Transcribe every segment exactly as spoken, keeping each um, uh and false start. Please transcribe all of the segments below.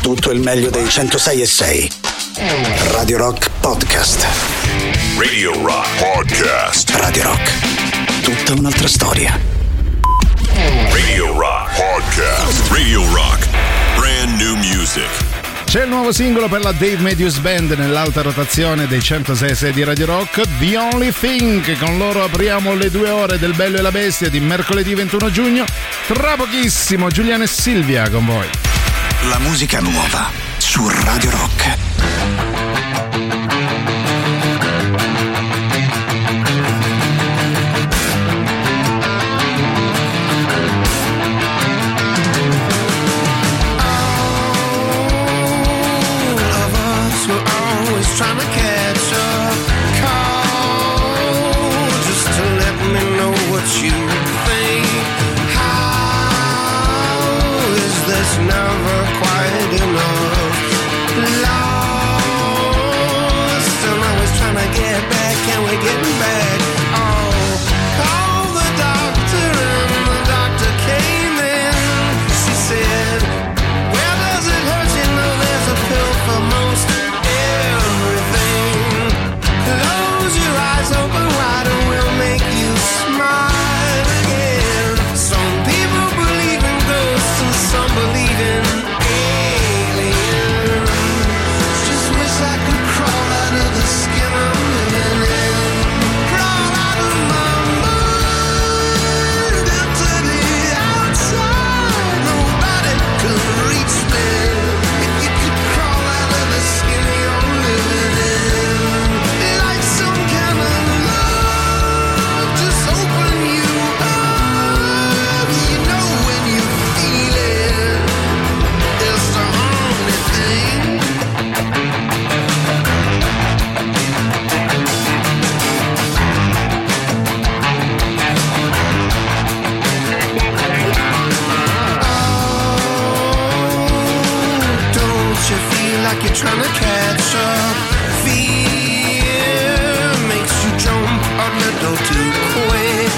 tutto il meglio dei centosei e sei. Radio Rock Podcast. Radio Rock Podcast. Radio Rock. Tutta un'altra storia. Radio Rock Podcast. Radio Rock. Brand new music. C'è il nuovo singolo per la Dave Matthews Band nell'alta rotazione dei centosei e sei di Radio Rock, The Only Thing. Con loro apriamo le due ore del Bello e la Bestia di mercoledì ventuno giugno. Tra pochissimo Giuliano e Silvia con voi. La musica nuova su Radio Rock. Trying to catch a call just to let me know what you think. How is this never quite enough? Lost and always trying to get back. Can we get back? Oh, call the doctor and the doctor came in. She said, where does it hurt? You know there's a pill for most. Close your eyes open wide and we'll make you smile again. Some people believe in ghosts and some believe in aliens. Just wish I could crawl out of the skin I'm living in. Crawl out of my mind into the outside. Nobody could reach me if you could crawl out of the skin you're living in. Like you're trying to catch up. Fear makes you jump a little too quick.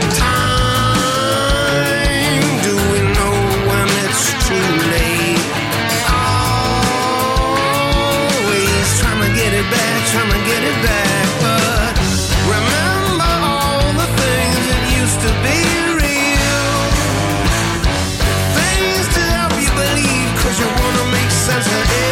Time, do we know when it's too late? Always trying to get it back, trying to get it back. But remember all the things that used to be real. Things to help you believe, cause you wanna make sense of it.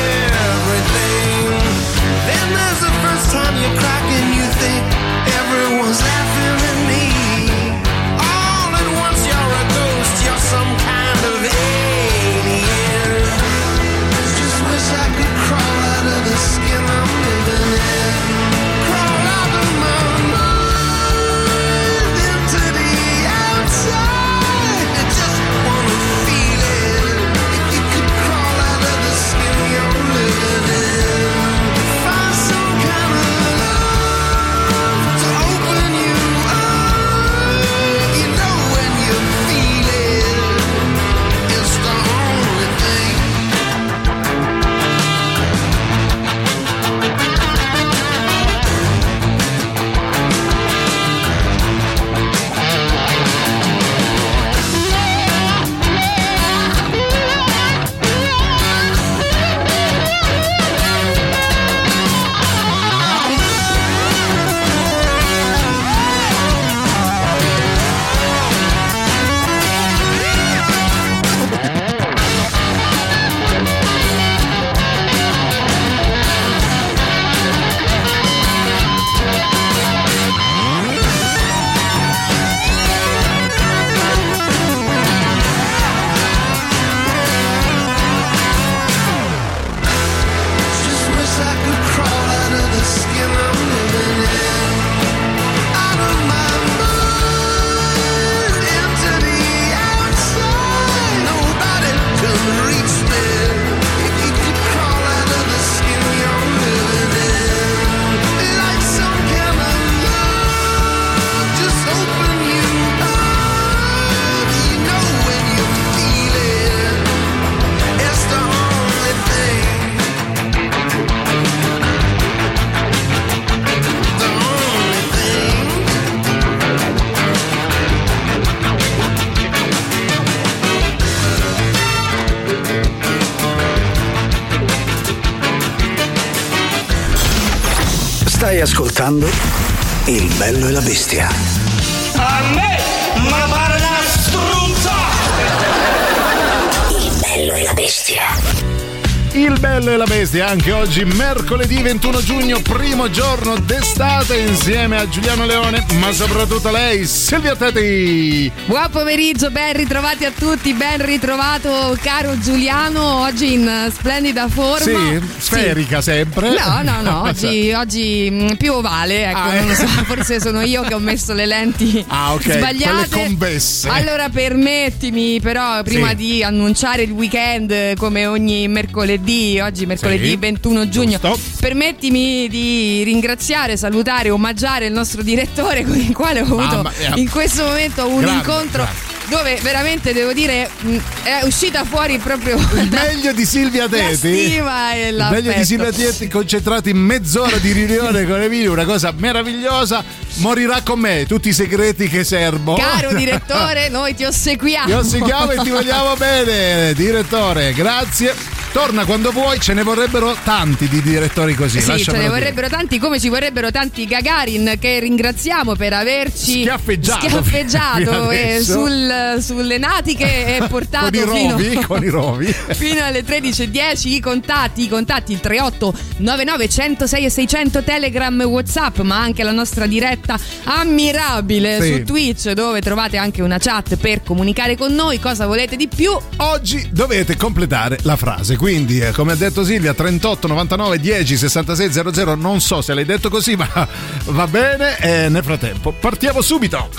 Then there's the first time you crack and you think everyone's laughing at me. All at once you're a ghost, you're some kind of alien. Just wish I could crawl out of the skin I'm living in. Stai ascoltando Il Bello e la Bestia. A me, ma pare una struzza! Il Bello e la Bestia. Il Bello e la Bestia, anche oggi mercoledì ventuno giugno, primo giorno d'estate, insieme a Giuliano Leone, ma soprattutto lei, Silvia Teti. Buon pomeriggio, ben ritrovati a tutti, ben ritrovato caro Giuliano, oggi in splendida forma. Sì, sferica sì. Sempre. No, no, no, oggi, oggi più ovale, ecco, ah, non lo so, forse sono io che ho messo le lenti ah, okay. sbagliate. Quelle convesse. Allora permettimi però, prima sì. di annunciare il weekend come ogni mercoledì, oggi mercoledì sì, ventuno giugno, giusto. Permettimi di ringraziare, salutare, omaggiare il nostro direttore con il quale ho avuto ah, in questo momento un grande, incontro grande. Dove veramente devo dire è uscita fuori proprio il meglio di Silvia Teti, la stima e l'affetto. Il meglio di Silvia Teti concentrati in mezz'ora di riunione con Emilio, una cosa meravigliosa. Morirà con me tutti i segreti che serbo. Caro direttore, noi ti ossequiamo. Ti ossequiamo e ti vogliamo bene, direttore, grazie. Torna quando vuoi, ce ne vorrebbero tanti di direttori così. Sì, ce ne dire. vorrebbero tanti, come ci vorrebbero tanti Gagarin, che ringraziamo per averci schiaffeggiato, schiaffeggiato e sul, sulle natiche e portato con i rovi, fino, con i rovi. fino alle tredici e dieci. I contatti, i contatti il tre otto nove nove uno zero sei e seicento, Telegram, WhatsApp, ma anche la nostra diretta ammirabile sì. su Twitch, dove trovate anche una chat per comunicare con noi. Cosa volete di più? Oggi dovete completare la frase. Quindi, come ha detto Silvia, trentotto novantanove dieci sessantasei zero zero, non so se l'hai detto così, ma va bene. E nel frattempo partiamo subito.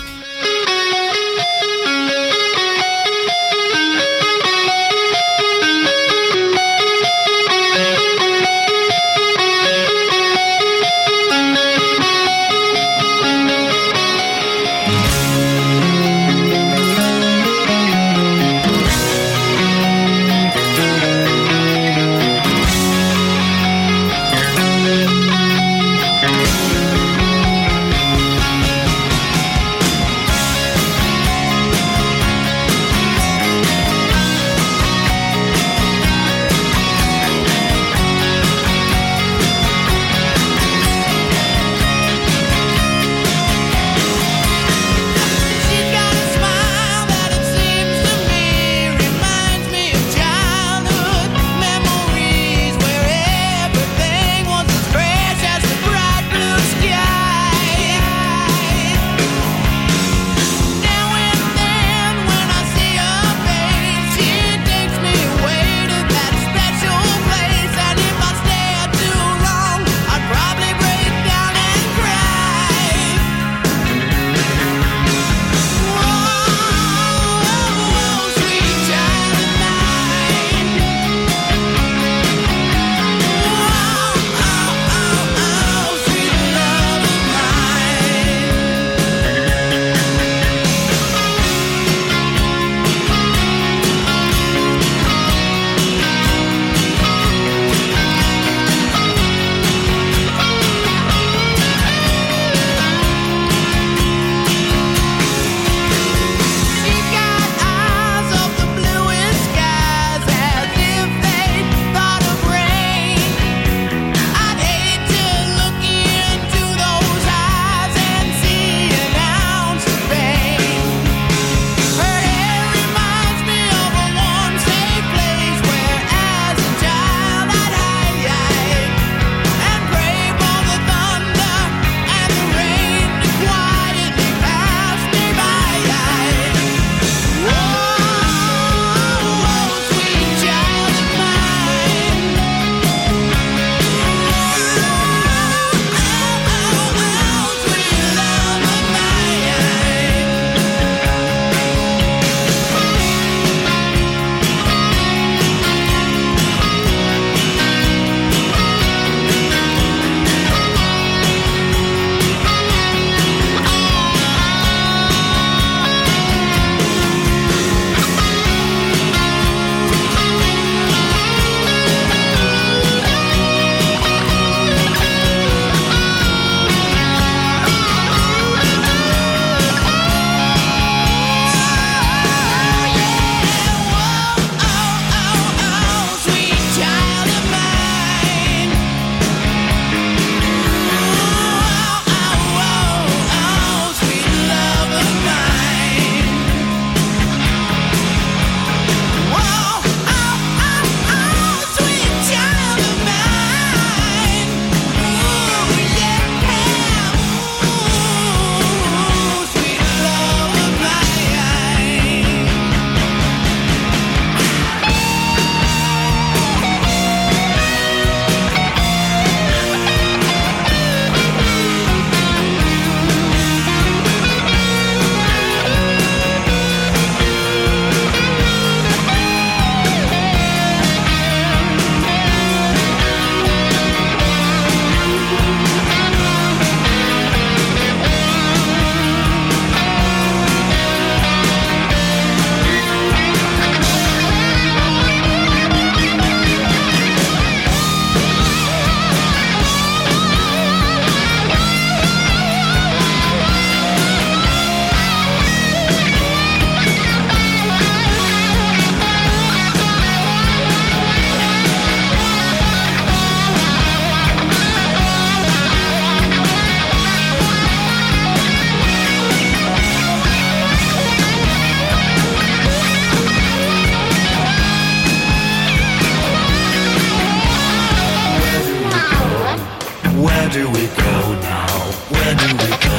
do we go now? Where do we go?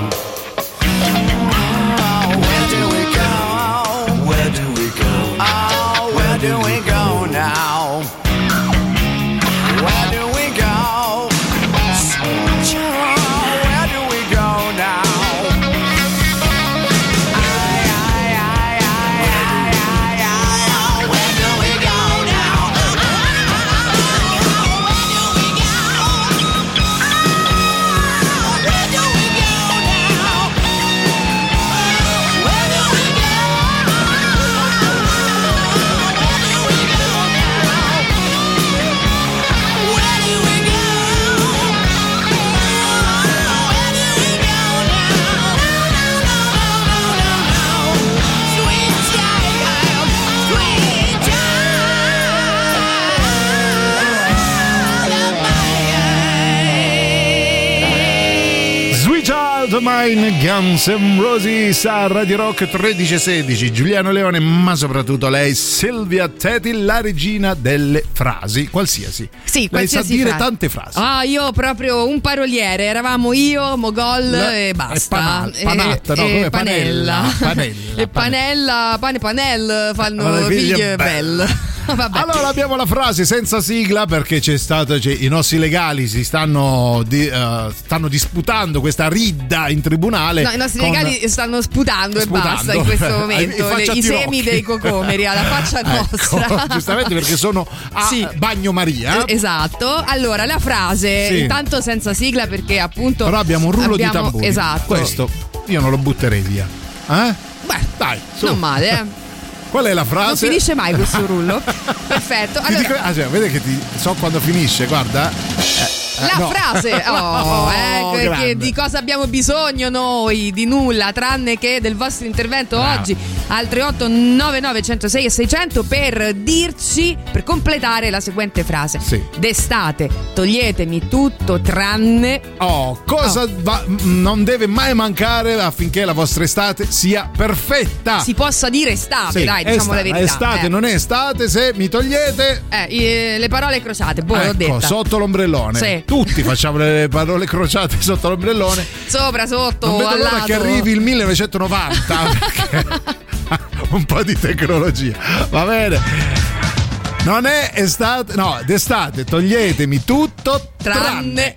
Where do we go? Where do we go? Oh, where do we go now? Where do we go? Sweet child, where do we go now? Mine, Guns N' Roses a Radio Rock tredici e sedici. Giuliano Leone, ma soprattutto lei, Silvia Teti, la regina delle frasi, qualsiasi. Sì, lei qualsiasi sa dire frase. tante frasi. Ah, io proprio un paroliere. Eravamo io, Mogol La, e basta. E pana, panatta, no, e, come e panella. Panella. E panella, pane e panel fanno Allora, figlie figlie belle. Vabbè. Allora abbiamo la frase senza sigla perché c'è stato, cioè, i nostri legali si stanno di, uh, stanno disputando questa ridda in tribunale. No, i nostri con... legali stanno sputando, sputando e basta in questo momento I, le, i semi dei cocomeri alla faccia nostra. Ecco, giustamente perché sono a sì. Bagnomaria. Esatto. Allora la frase sì. intanto senza sigla perché appunto però abbiamo un rullo abbiamo, di tamburi. Esatto. Questo io non lo butterei via. Eh? Beh, dai, su. non male, eh. Qual è la frase? Non finisce mai questo rullo. Perfetto. Allora, dico, ah, cioè, vedi che ti so quando finisce, guarda. Eh, la no. frase, oh, oh, eh, che, di cosa abbiamo bisogno noi? Di nulla, tranne che del vostro intervento Bravo. oggi al tre otto nove nove uno zero sei e seicento per dirci, per completare la seguente frase. Sì. D'estate toglietemi tutto tranne. Oh, cosa Oh. Va, non deve mai mancare affinché la vostra estate sia perfetta. Si possa dire estate, Sì, dai, diciamo esta- la verità. Estate eh. non è estate se mi togliete. Eh, i- le parole crociate, boh, l'ho Ecco, detta. sotto l'ombrellone. Sì. Tutti facciamo le parole crociate sotto l'ombrellone. Sopra, sotto, Non vedo al l'ora lato. che arrivi il millenovecentonovanta. Perché un po' di tecnologia. Va bene. Non è estate, no, d'estate toglietemi tutto tranne. tranne.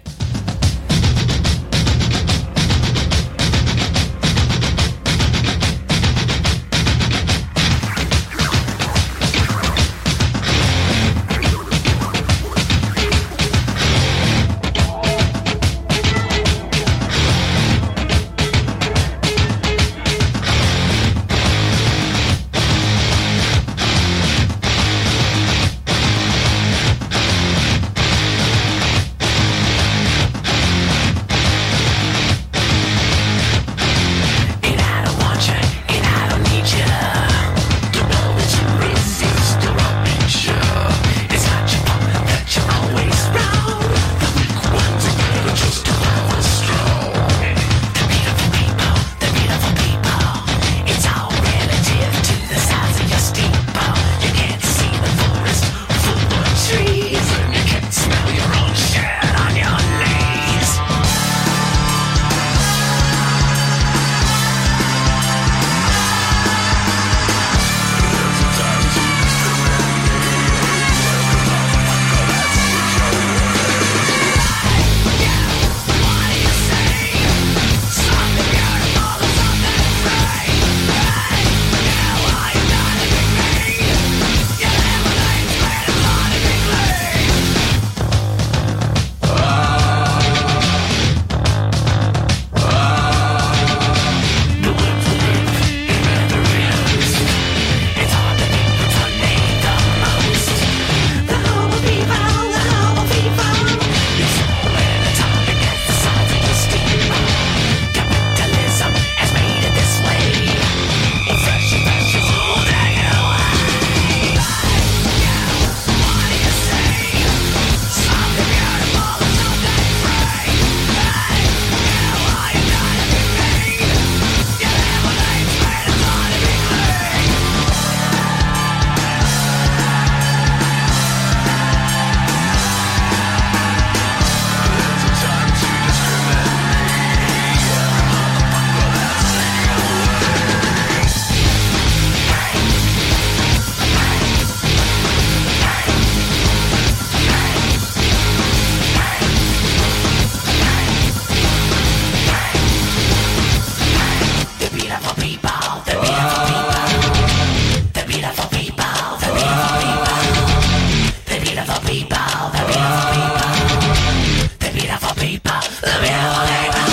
people, the beautiful people, the beautiful people, the beautiful people.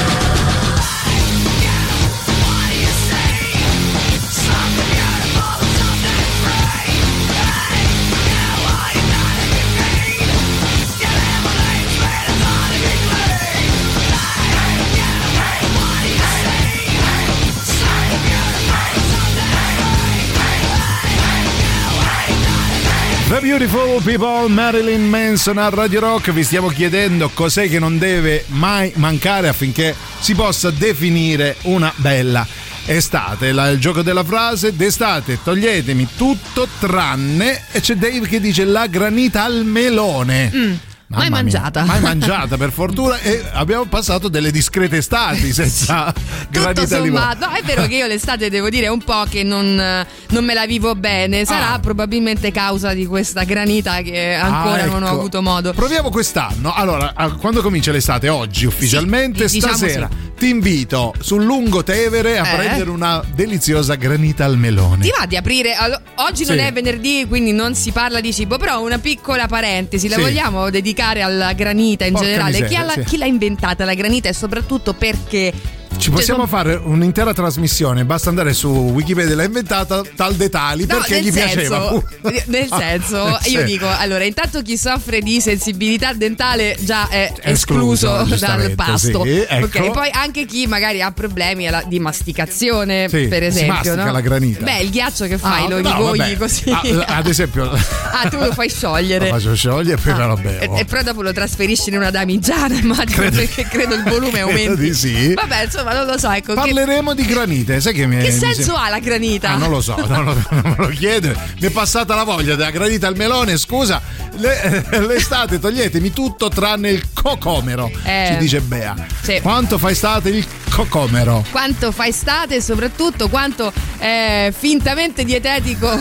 What do you say? Something beautiful, something free. Hey, you are not a good thing. You live a life where it's not a good thing. Hey, hey, what do you say? Something beautiful, something free. Hey, hey, you are not a good thing. The Beautiful People, Marilyn Manson a Radio Rock. Vi stiamo chiedendo cos'è che non deve mai mancare affinché si possa definire una bella estate. La, il gioco della frase: d'estate toglietemi tutto tranne, e c'è Dave che dice la granita al melone. Mm. Mai Mamma mangiata. Mia, mai mangiata per fortuna, e abbiamo passato delle discrete estati senza granita Tutto al limone. sommato, no, è vero che io l'estate devo dire un po' che non, non me la vivo bene. Sarà Ah. probabilmente causa di questa granita che ancora Ah, non ho ecco. avuto modo. Proviamo quest'anno. Allora, a- quando comincia l'estate? Oggi ufficialmente. Sì, diciamo Stasera sì. ti invito sul Lungotevere a Eh? prendere una deliziosa granita al melone. Ti va di aprire? Allo- oggi non Sì. è venerdì, quindi non si parla di cibo, però una piccola parentesi, la Sì. vogliamo dedicare alla granita in Porca generale? miseria, chi, ha la- sì. chi l'ha inventata la granita e soprattutto perché? Ci possiamo Cioè, fare un'intera trasmissione, basta andare su Wikipedia, l'ha inventata tal dei tali, No, perché nel gli senso, piaceva. nel senso, Sì. io dico, allora, intanto chi soffre di sensibilità dentale già è Escluso, escluso dal giustamente, pasto. sì, ecco. Ok, e poi anche chi magari ha problemi alla- di masticazione, Sì, per si esempio, mastica no? la granita. Beh, il ghiaccio che fai? Ah, Lo no, rigogli vabbè. così? Ah, ad esempio, Ah, tu lo fai sciogliere. lo faccio sciogliere e poi me lo E, bevo. e poi dopo lo trasferisci in una damigiana, immagino, Credo- perché credo il volume credo aumenti. di sì. Vabbè, insomma, non lo so, ecco. Che, Parleremo di granite, sai che mi che mi senso sembra- ha la granita? Ah, non lo so, non lo, non me lo chiede. Mi è passata la voglia della granita al melone. Scusa, le- l'estate toglietemi tutto tranne il cocomero. Eh. Ci dice Bea. Sì. Quanto fa estate il cocomero? Quanto fa estate e soprattutto quanto è fintamente dietetico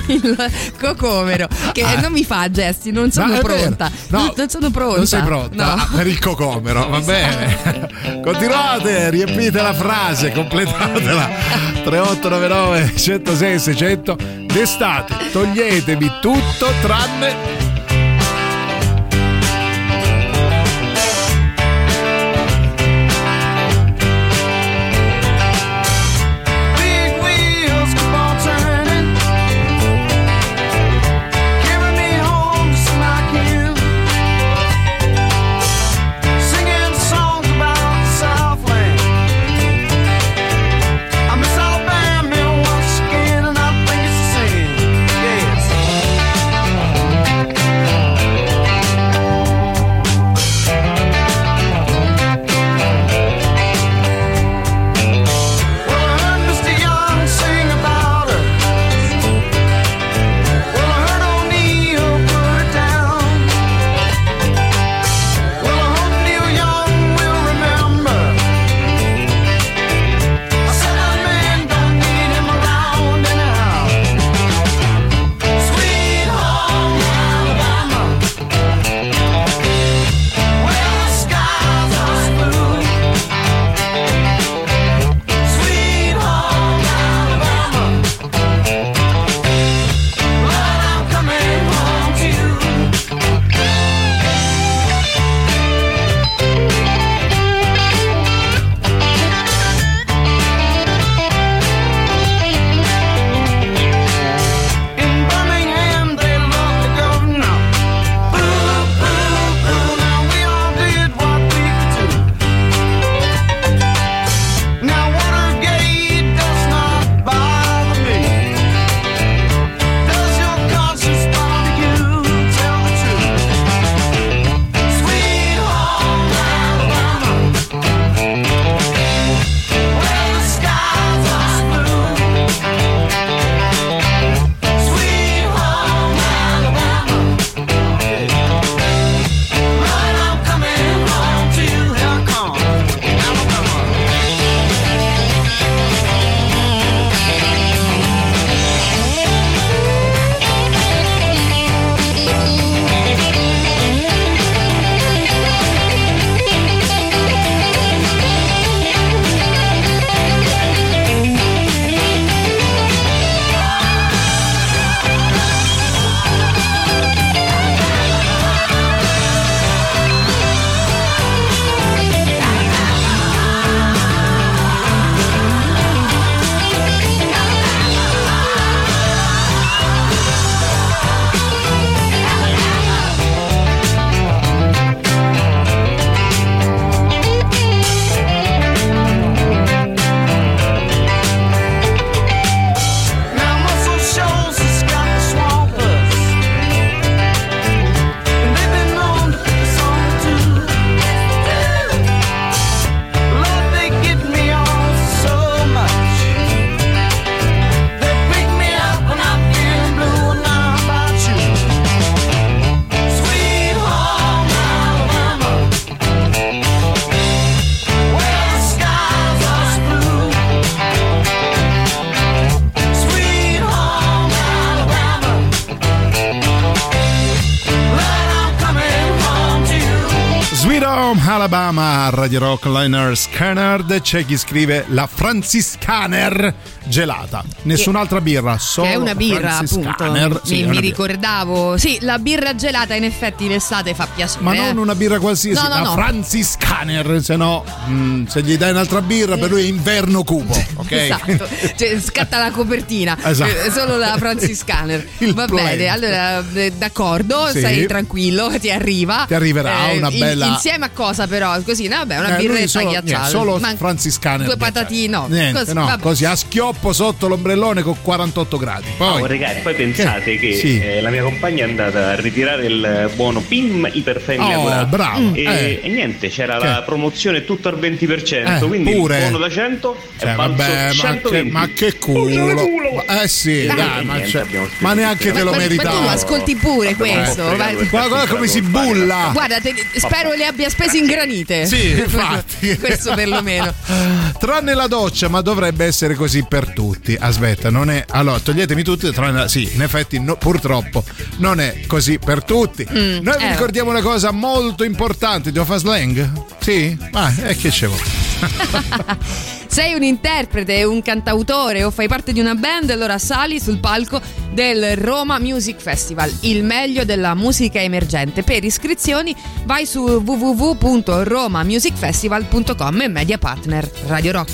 il cocomero, che Ah. non mi fa gesti, non sono No, è vero. pronta. No, non, non sono pronta. Non sei pronta No. Ah, per il cocomero, va bene. Continuate, riempite la frase, completatela. tre otto nove nove uno zero sei sei zero zero. D'estate toglietemi tutto tranne. Big wheels keep on turning, carry me home just like you, singing songs about the Southland. I miss Alabama once again, and I think it's the same. Yes. Sweet Home Alabama, Radio Rock, Liner Scanner. C'è chi scrive la Franciscaner gelata, nessun'altra birra, solo che è una birra, appunto. Sì, mi, una mi birra. ricordavo, sì, la birra gelata in effetti l'estate fa piacere. Ma non una birra qualsiasi, No, no, la no. Franciscaner, se no mm, se gli dai un'altra birra per lui è inverno cupo, ok? Esatto, cioè, scatta la copertina. Esatto. Eh, solo la Franciscaner. Il Va blend. bene, allora eh, d'accordo, Sì. stai tranquillo, ti arriva. Ti arriverà una in- bella- insieme a cosa però? Così, no, vabbè, una Eh, lui birretta solo, ghiacciata. niente, solo Ma- Franciscaner Due ghiacciate. patatine, no. Niente, così, no, vabbè. così a schioppo sotto l'ombrellone con quarantotto gradi. Poi Oh, ragazzi, poi pensate che, Sì. eh, la mia compagna è andata a ritirare il buono P I M Iperfemmina Oh, Durata. bravo. E, Eh. e niente, c'era Che? la promozione tutto al venti per cento, Eh, quindi pure. il buono da cento Cioè, è valso vabbè, ma che, centoventi. ma che culo. Eh sì, Eh, dai, ma, niente, cioè, abbiamo spiegato ma neanche tutto. te lo Ma- ma- meritavo. Ma tu ascolti pure Abbiamo questo. fregato vai. per Guarda, guarda come si bulla. Guarda, te- spero le abbia spese in granite. Sì, infatti. Questo perlomeno. Tranne la doccia, ma dovrebbe essere così per tutti. Aspetta, non è. Allora, toglietemi tutti, tranne la... Sì, in effetti, no, purtroppo, non è così per tutti. Noi vi eh. ricordiamo una cosa molto importante. Devo fare slang? Sì? Ma è che ce vuole. Sei un interprete, un cantautore o fai parte di una band, allora sali sul palco del Roma Music Festival, il meglio della musica emergente. Per iscrizioni vai su w w w punto roma music festival punto com e media partner Radio Rock.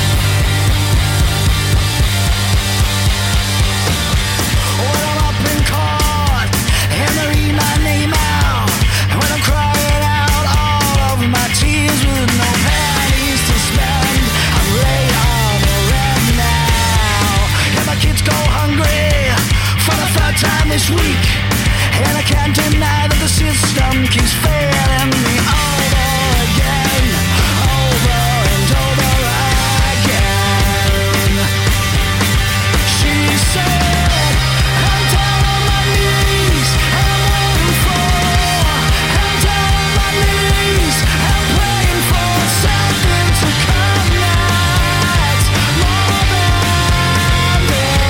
When I'm up in court and they read my name out, when I'm crying out all of my tears with no pennies to spend, I'm laid on the rent now, and my kids go hungry for the third time this week, and I can't deny that the system keeps failing me over again, over and over again. She said, I'm down on my knees, I'm waiting for, I'm down on my knees, I'm praying for something to come that's more than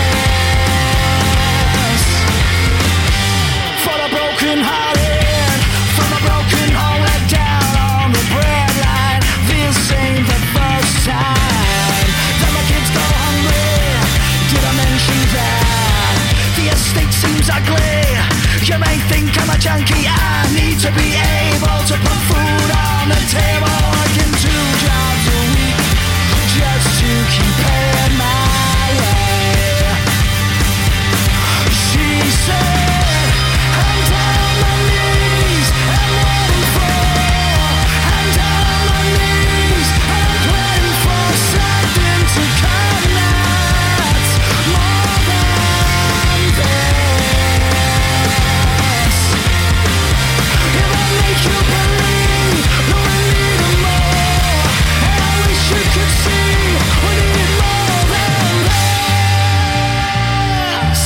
this. For the broken hearted, for the broken home let down on the breadline, this ain't the first time that my kids go hungry. Did I mention that the estate seems ugly? You may think I'm a junkie, I need to be able to put food on the table, working two jobs a week just to keep paying my way. She said, I'm down on my knees, I'm waiting for, I'm down on my knees, I'm praying for something to come that's more than this. If I make you believe that we need more, and I wish you could see we need more than this.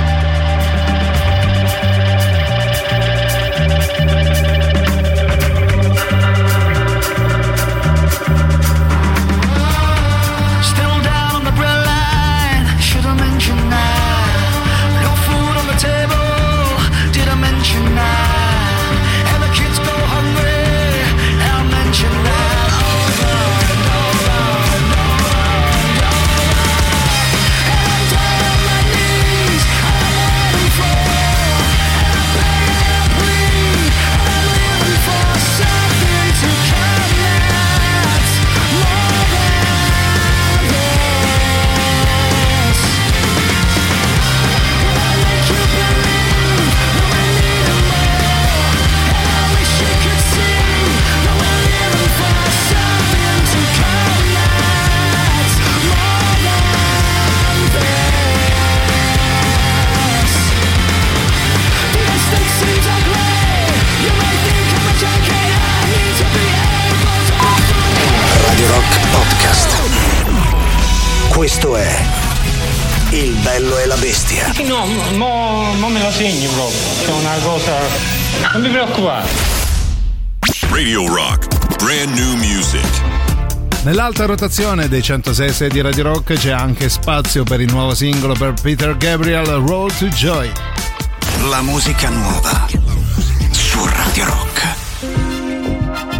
Still down on the bread line, should I mention that? No food on the table, did I mention that? And the kids go hungry, I'll mention that. Over and over and over and over. And I'm down on my knees, I'm waiting for, and I'm begging and I plead, and I'm living for something to come that's more than this. Will I make you believe that we need more? And I wish you could see that we're living for something to come that's more than this. The estate seems ugly. You may think I'm a junkie. I need to be able to put food. Radio Rock Podcast. Questo è Il bello e la bestia. No, mo, mo me lo segni proprio. C'è una cosa. Non mi preoccupare. Radio Rock. Brand new music. Nell'alta rotazione dei centosei sei di Radio Rock c'è anche spazio per il nuovo singolo per Peter Gabriel, Roll to Joy. La musica nuova su Radio Rock.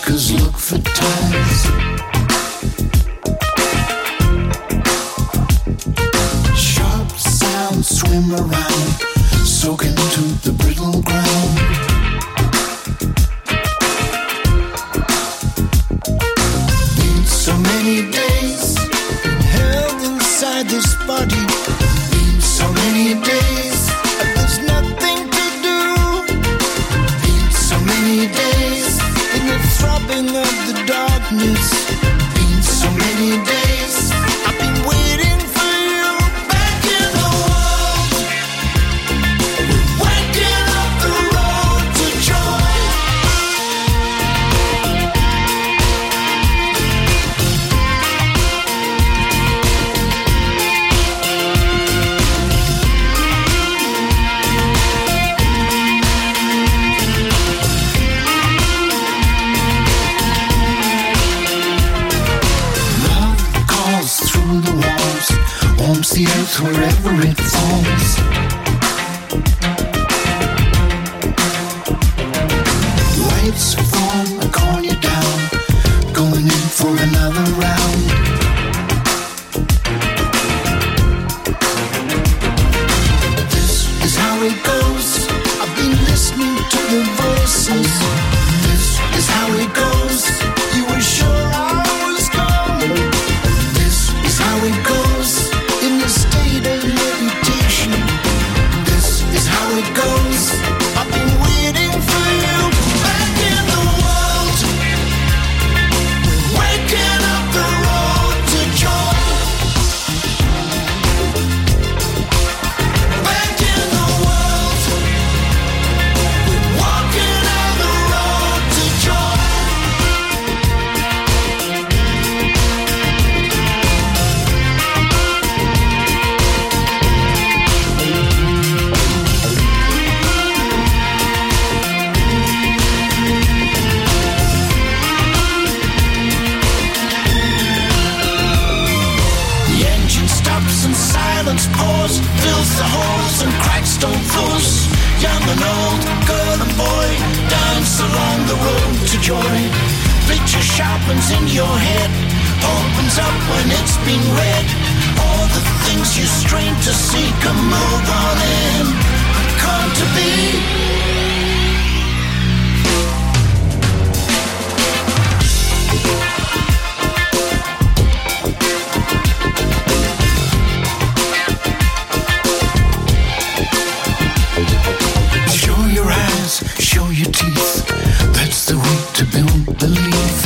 Seekers look for ties. Sharp sounds swim around, soak into the brittle ground. Been so many days, been held inside this body. Been so many days, there's nothing to do. Been so many days, in the throbbing of the darkness. Been so many days, I've been waiting for you back in the world. We're waking up the road to joy. Love calls through the walls, warms the earth wherever it falls. Lights form and call you down, going in for another round. This is how it goes. I've been listening to the voices. This is how it goes. You were sure I was gone. This is how it goes in the state of meditation. This is how it goes. I've been waiting for you back in the world. We're waking up the road to joy. Back in the world. We're walking out the road to joy. The engine stops and silence pours, fills the holes and cracks stone floors. Young and old, girl and boy, dance along the road to joy. Picture sharpens in your head, opens up when it's been read. All the things you strain to see can move on in, come to be. Show your eyes, show your teeth. That's the way to build belief.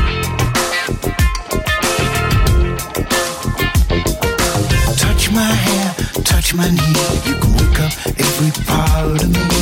Touch my hair, touch my knee. You can wake up every part of me.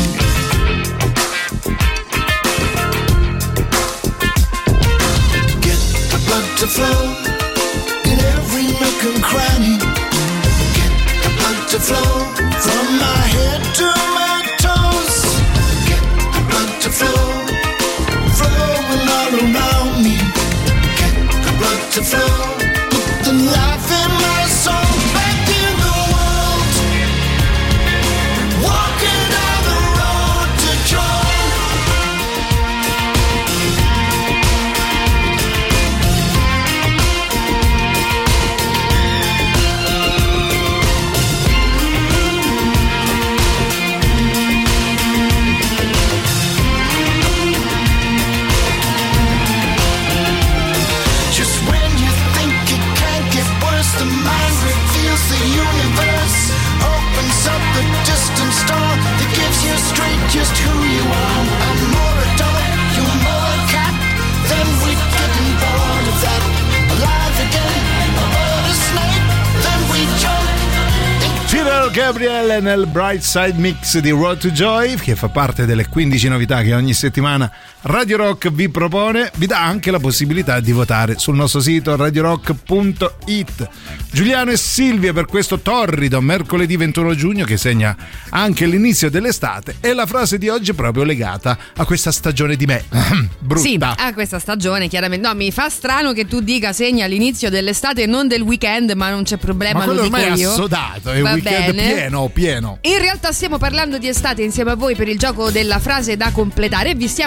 Get the blood to flow in every nook and cranny. Get the blood to flow from my head to my toes. Get the blood to flow, flowing all around me. Get the blood to flow, put the life in my soul. Back in the world, walking down the road to joy. Just when you think it can't get worse, the mind reveals the universe. Opens up the distant star that gives you straight just who you are. I'm more a dog, you're more a cat. Then we're getting bored of that. Alive again, a bird, a snake. Then we jump. Cyril Gabriel nel Bright Side Mix di Road to Joy, che fa parte delle quindici novità che ogni settimana Radio Rock vi propone. Vi dà anche la possibilità di votare sul nostro sito radio rock punto it. Giuliano e Silvia per questo torrido mercoledì ventuno giugno che segna anche l'inizio dell'estate, e la frase di oggi è proprio legata a questa stagione di me. Brutta. Sì, a questa stagione chiaramente. No, mi fa strano che tu dica segna l'inizio dell'estate e non del weekend, ma non c'è problema, ma quello lo dico ormai io. è assodato, è un weekend bene. pieno, pieno. In realtà stiamo parlando di estate insieme a voi per il gioco della frase da completare e vi stiamo chiedendo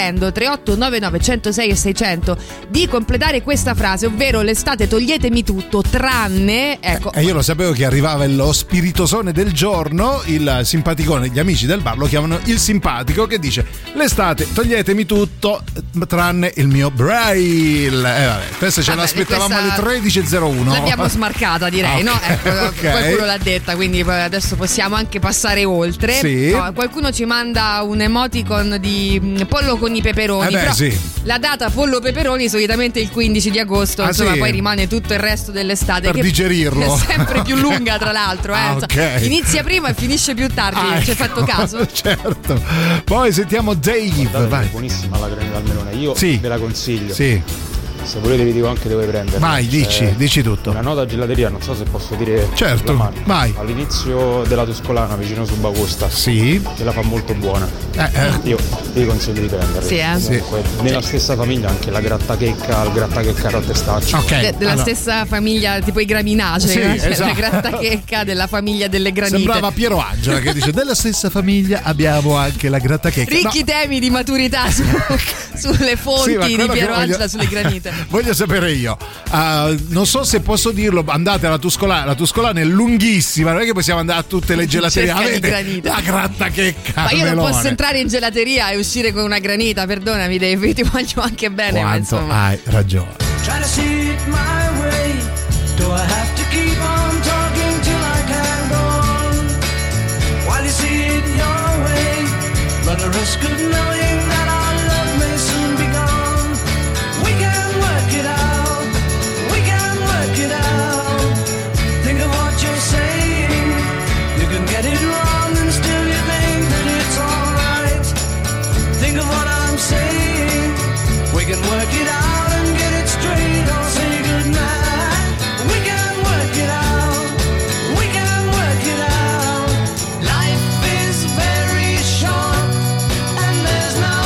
chiedendo tre otto nove nove uno zero sei e seicento di completare questa frase, ovvero l'estate toglietemi tutto tranne, ecco. E io lo sapevo che arrivava lo spiritosone del giorno, il simpaticone, gli amici del bar lo chiamano il simpatico, che dice l'estate toglietemi tutto tranne il mio braille. Eh vabbè, questa ce Vabbè, l'aspettavamo questa alle tredici e zero uno. L'abbiamo smarcata, direi, Ah, no? ok, Ecco, ok. qualcuno l'ha detta, quindi adesso possiamo anche passare oltre. Sì. No, qualcuno ci manda un emoticon di mm, pollo con i peperoni. Eh beh, però sì. la data pollo peperoni solitamente è il quindici di agosto, Ah, insomma, sì? poi rimane tutto il resto dell'estate Per che digerirlo. è sempre più lunga, tra l'altro. Eh. Ah, ok. Inizia prima e finisce più tardi. Ah, Ci hai ecco. fatto caso? Certo. Poi sentiamo Dave. Guardate, Vai. è buonissima la granita al melone, io Sì. ve la consiglio. Sì. Se volete vi dico anche dove prenderla. Vai, dici, C'è dici tutto. Una nota gelateria, non so se posso dire. Certo, la marca. vai. All'inizio della Tuscolana, vicino su Bacosta. Sì. Te la fa molto buona. Eh, eh. Io vi consiglio di prenderla. Sì, eh. Comunque, nella stessa famiglia anche la grattachecca, il grattachecca carote e staccio. Ok. De- della allora, stessa famiglia, tipo i graminacei, Sì, no? Cioè, esatto. la grattachecca della famiglia delle granite. sembrava Piero Angela che dice della stessa famiglia abbiamo anche la grattachecca. Ricchi No. temi di maturità su- sulle fonti Sì, ma di quello che Piero voglio- Angela sulle granite. Voglio sapere io. Uh, non so se posso dirlo, andate alla Tuscolana, la Tuscolana è lunghissima, non è che possiamo andare a tutte le gelaterie. Cerca di Avete granite. la grattachecca. Ma io non melone. posso entrare in gelateria e uscire con una granita, perdonami Dave, ti voglio anche bene, ma Quanto insomma. hai ragione. Try to see it my way. Do I have to keep on talking till I can go on? While you see it your way, run the risk of knowing that our love may soon be gone. We can work it out. We can work it out. Think of what you're saying. You can get it wrong and still you think that it's alright. Think of what I'm saying. We can work it out and get it straight or say goodnight. We can work it out. We can work it out. Life is very short and there's no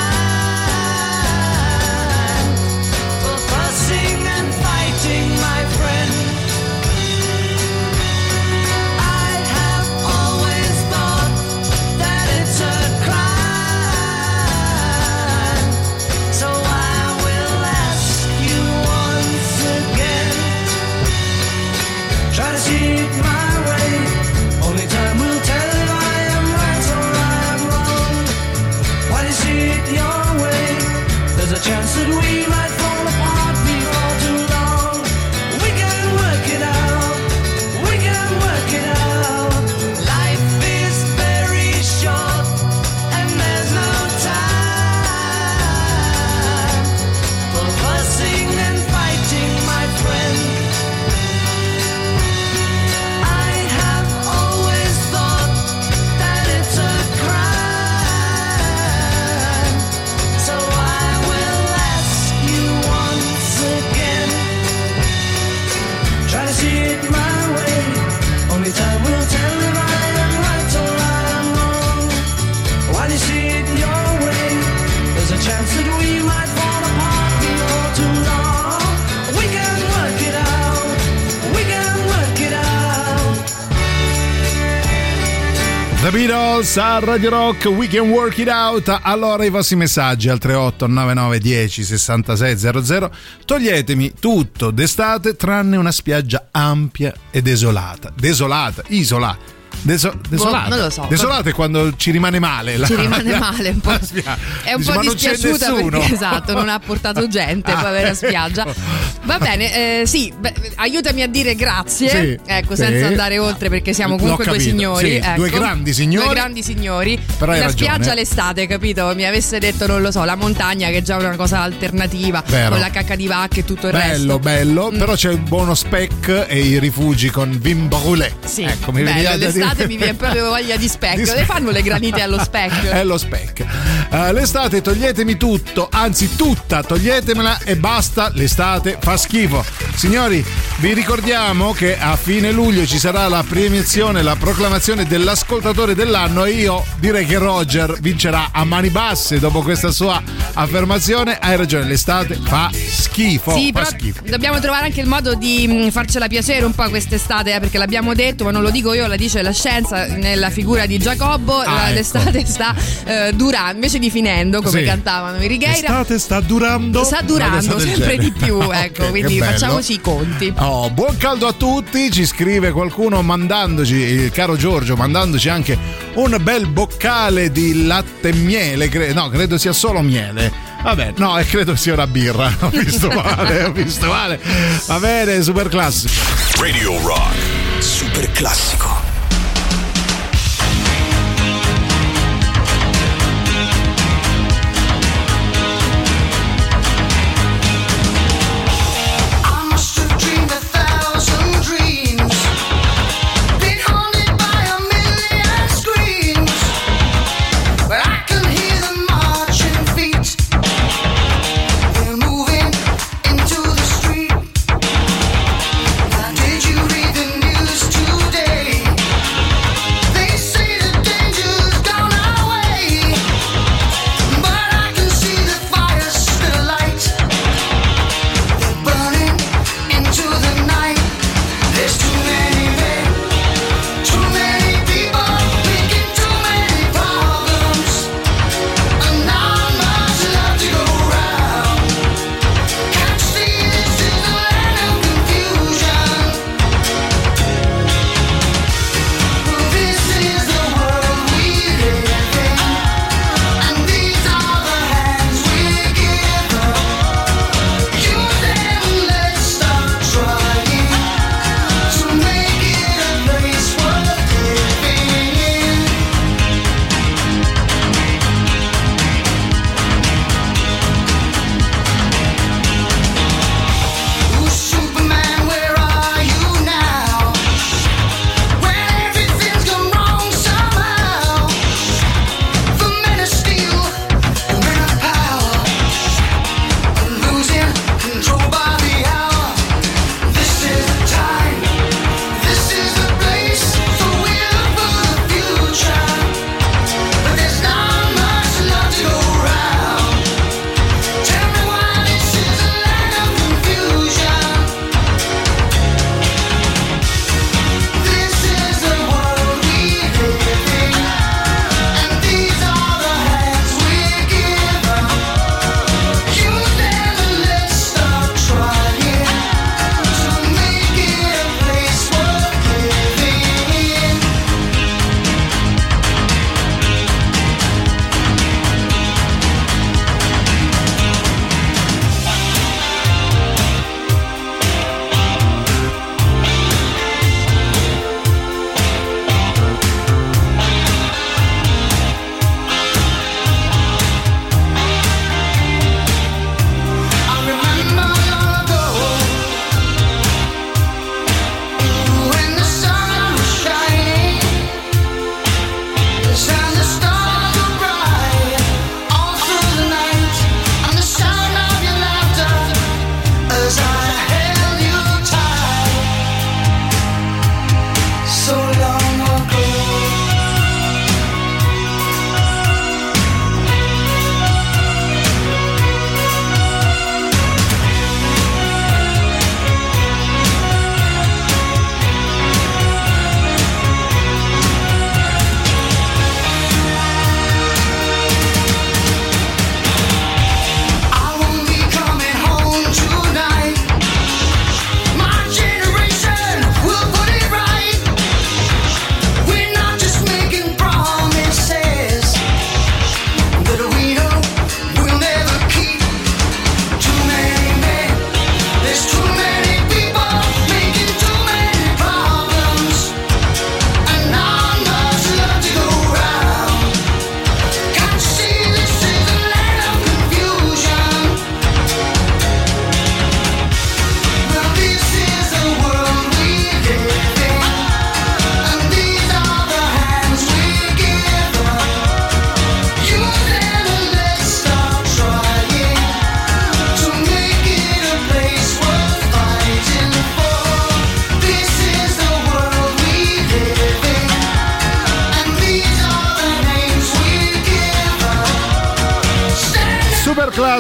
time for fussing and fighting, my friend. I have always thought that it's a crime. So I will ask you once again. Try to see it my way. Only time will tell if I am right or I am wrong. While you see it your way, there's a chance that we might fall apart before too long. We can work it out. We can work it out. Life is very short and there's no time for fussing and fighting, my friend. I have always thought that it's a crime. So I will ask you once again. Try to see it my way. Only time will tell if I am right or I am wrong. While you see it your way, there's a chance that we might fall apart before too long. We can work it out. We can work it out. The Beatles a Radio Rock, We Can Work It Out. Allora i vostri messaggi al tre otto nove nove uno zero sessantasei zero zero. Toglietemi tutto d'estate tranne una spiaggia ampia e desolata. Desolata, isola. Deso- desolata. non lo so. Desolata è quando ci rimane male. la- Ci rimane male un po'. la spia- È un Dici, po' "Ma non c'è dispiaciuta nessuno." perché esatto, non ha portato gente, Ah, povera spiaggia. ecco. Va bene, eh, sì, beh, aiutami a dire grazie. Sì, ecco, sì. senza andare oltre perché siamo L'ho comunque due capito, signori. sì, ecco. due grandi signori. Due grandi signori. Però hai la ragione. spiaggia l'estate, capito? Mi avesse detto, non lo so, la montagna che è già una cosa alternativa, Vero. con la cacca di vacche e tutto il Bello, resto. bello, Mm. però c'è il buono spec e i rifugi con vin brûlé. Sì, ecco, mi bello, veniva da l'estate dire- mi viene proprio voglia di specchio. Di Le fanno le granite allo specchio? È lo spec. Eh, l'estate toglietemi tutto, anzi tutta toglietemela e basta, l'estate fa schifo. Signori, vi ricordiamo che a fine luglio ci sarà la premiazione, la proclamazione dell'ascoltatore dell'anno e io direi che Roger vincerà a mani basse dopo questa sua affermazione. Hai ragione, l'estate fa schifo. Sì, fa però schifo. dobbiamo trovare anche il modo di mh, farcela piacere un po' quest'estate, eh, perché l'abbiamo detto, ma non lo dico io, la dice la fantascienza nella figura di Giacobbo. Ah, L'estate ecco. sta eh, durando, invece di finendo, come Sì. cantavano i Righeira. L'estate sta durando. Sta durando sempre di più, ecco, Ok, quindi che bello. facciamoci i conti. Oh, buon caldo a tutti, ci scrive qualcuno mandandoci, il caro Giorgio, mandandoci anche un bel boccale di latte e miele, cre- no, credo sia solo miele. Vabbè, no, e credo sia una birra. Ho visto male, ho visto male. Va bene, super classico. Radio Rock. Super classico. I must have dreamed a thousand dreams, been haunted by a million screams, but I can hear them marching feet. They're moving into the street. Now, did you read the news today?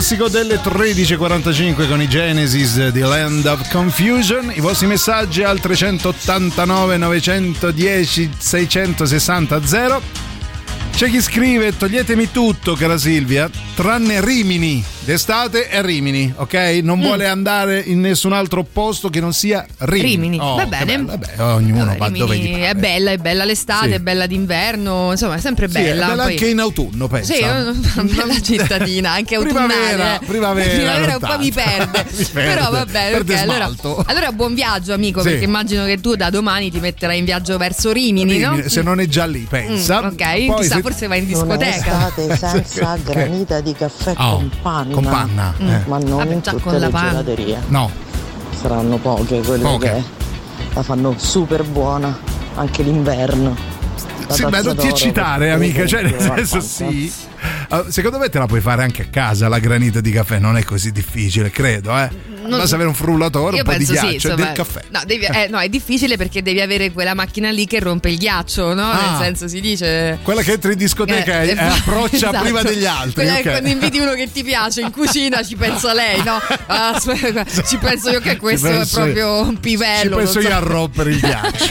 classico delle tredici e quarantacinque con i Genesis di Land of Confusion. I vostri messaggi al trecentottantanove novecentodieci seicentosessanta zero. C'è chi scrive: toglietemi tutto, cara Silvia, tranne Rimini. D'estate è Rimini, ok? Non mm. vuole andare in nessun altro posto che non sia Rimini. Rimini, oh, va bene. Vabbè, ognuno Vabbè, va Rimini dove gli pare. È bella, è bella l'estate, Sì. è bella d'inverno, insomma, è sempre bella. Sì, è bella Poi... anche in autunno, pensa. Sì, è una bella cittadina, anche autunnale. Primavera, primavera, primavera un po' mi perde. mi perde. Però va bene, Perde okay, allora, smalto. allora buon viaggio, amico, Sì. perché immagino che tu da domani ti metterai in viaggio verso Rimini, Rimini, no? se non è già lì, pensa. Mm, ok, Poi chissà, se- forse vai in Non è discoteca. estate senza Che- granita di caffè Oh, con panna. con panna, Mm, eh. ma non Vabbè, in già tutte con le la panna. gelaterie. No. Saranno poche quelle Poche. che la fanno super buona anche l'inverno. La Sì, ma tazza non ti d'oro, eccitare, per amica, cioè nel esempio, senso guarda. sì. Uh, secondo me te la puoi fare anche a casa la granita di caffè, non è così difficile, credo, eh. Non- Basta avere un frullatore, Io un po' di penso ghiaccio sì, e insomma, del caffè. No, devi- eh, no, è difficile perché devi avere quella macchina lì che rompe il ghiaccio, no? Ah. Nel senso si dice. Quella che entri in discoteca Eh, e eh, approccia esatto. prima degli altri. Quella che ok. quando inviti uno che ti piace in cucina ci pensa lei, no? Ah, aspetta, ci penso io che questo è penso io. proprio un pivello. Ci penso non so. io a rompere il ghiaccio.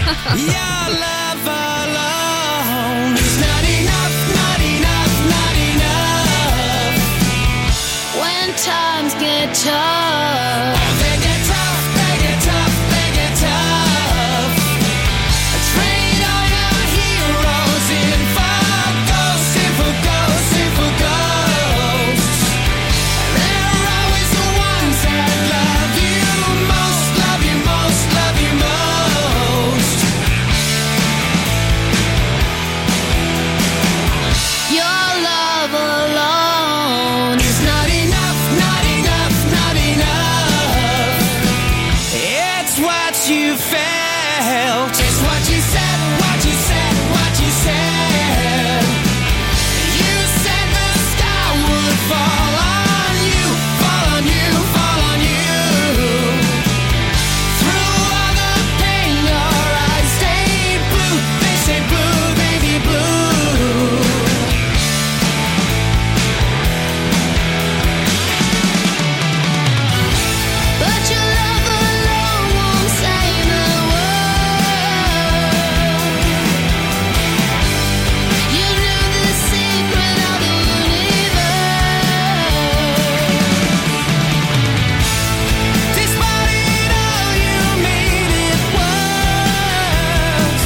When times get tough, they get tough, they get tough, they get tough. Trade all your heroes in for ghosts, in for ghosts, in for ghosts. They're always the ones that love you most, love you most, love you most. Your love alone is not enough, not enough, not enough. It's what you felt, it's what you said, what you said, what you said. You said the sky would fall on you, fall on you, fall on you. Through all the pain, your eyes stayed blue, they stayed blue, baby blue. But your love alone won't save the world. You knew the secret of the universe. Despite it all, you made it worse.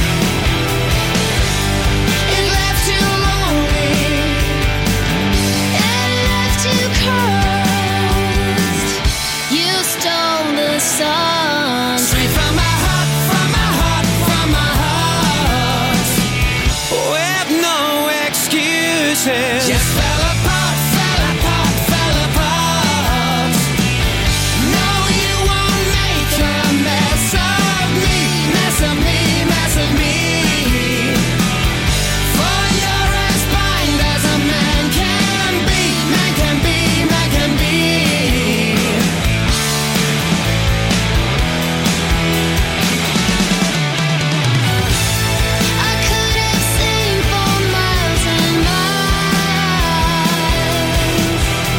It left you lonely. It left you cursed. You stole the sun straight from my heart, from my heart, from my heart. With no excuses, just fell apart, fell apart, fell apart. No, you won't make a mess of me, mess of me, mess of me. For you're as blind as a man can be, man can be, man can be. I could have seen for miles and miles.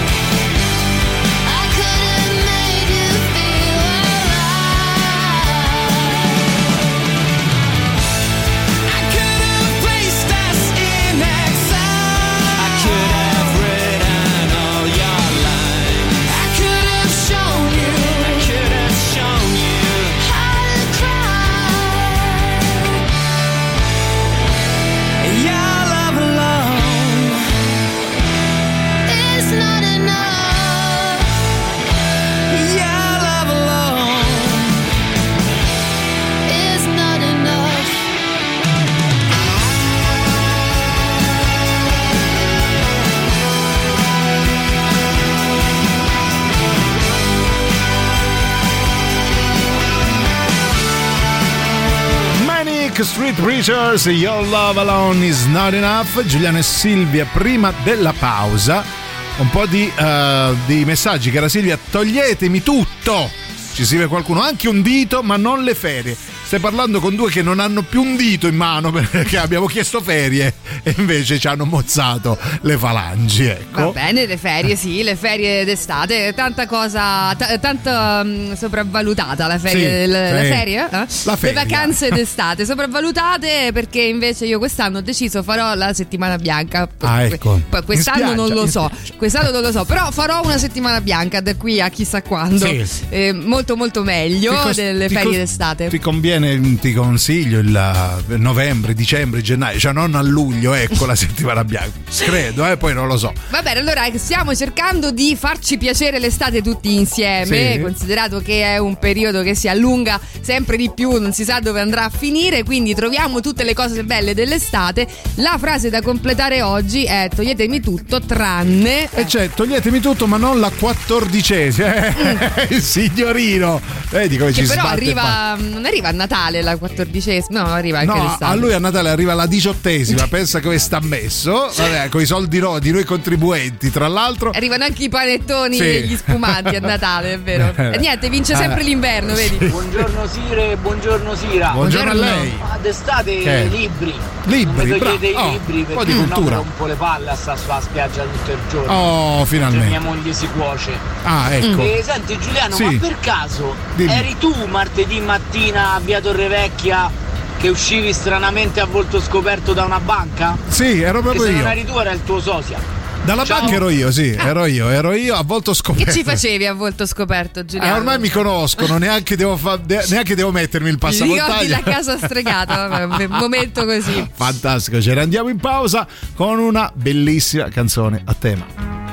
I could have made you feel alive. I could have placed us in exile. I could have written all your lines. I could have shown you. I could have shown you how to cry. Your love alone is not enough. Your love alone is not enough. Manic Street Preachers, Your Love Alone Is Not Enough. Giuliano e Silvia, prima della pausa, un po' di, uh, di messaggi. Cara Silvia, toglietemi tutto. Ci scrive qualcuno, anche un dito, ma non le ferie. stai parlando con due che non hanno più un dito in mano perché abbiamo chiesto ferie e invece ci hanno mozzato le falangi, ecco. Va bene, le ferie, sì, le ferie d'estate, tanta cosa, t- tanto um, sopravvalutata la ferie, Sì, le, sì. le ferie, eh? La le feria. vacanze d'estate, sopravvalutate perché invece io quest'anno ho deciso farò la settimana bianca. Ah, ecco. Poi quest'anno Mi non spiace, lo mi so, quest'anno non lo so, però farò una settimana bianca da qui a chissà quando. Sì. Eh, molto molto meglio Ti cos- delle ti ferie cos- d'estate. Ti conviene, ti consiglio il uh, novembre, dicembre, gennaio, cioè non a luglio, ecco la settimana bianca. Credo, eh, poi non lo so. Va bene, allora stiamo cercando di farci piacere l'estate tutti insieme, Sì. considerato che è un periodo che si allunga sempre di più, non si sa dove andrà a finire, quindi troviamo tutte le cose belle dell'estate. La frase da completare oggi è: toglietemi tutto tranne... E cioè, toglietemi tutto, ma non la quattordicesima. Eh, il signorino. Vedi come Che ci però sbatte arriva, non arriva a Natale la quattordicesima, no, arriva anche No, l'estate. a lui a Natale arriva la diciottesima, pensa come sta messo. Vabbè, con i soldi no, di noi contribuenti, tra l'altro. Arrivano anche i panettoni Sì. e gli spumanti a Natale, è vero. E niente, vince sempre Eh. l'inverno, vedi? Buongiorno Sire, buongiorno Sira. Buongiorno a lei. Ma d'estate Che? libri. Libri, Non mi togliete bravo. i libri Oh, perché un po' di sennò cultura. mi rompo le palle a stare sulla spiaggia tutto il giorno. Oh, Mentre finalmente. mia moglie si cuoce. Ah, ecco. E senti Giuliano, Sì. ma per caso Dimmi. eri tu martedì mattina a Via Torrevecchia che uscivi stranamente a volto scoperto da una banca? Sì, ero Che proprio se non io. eri tu era il tuo sosia. Dalla Ciao. banca ero io, sì, ero io, ero io a volto scoperto. Che ci facevi a volto scoperto, Giuliano? Eh, ormai mi conoscono, neanche devo, fa- de- neanche devo mettermi il Ti ricordi passaportaggio. la casa stregata? Vabbè, un momento così. Fantastico, ce ne andiamo in pausa con una bellissima canzone a tema.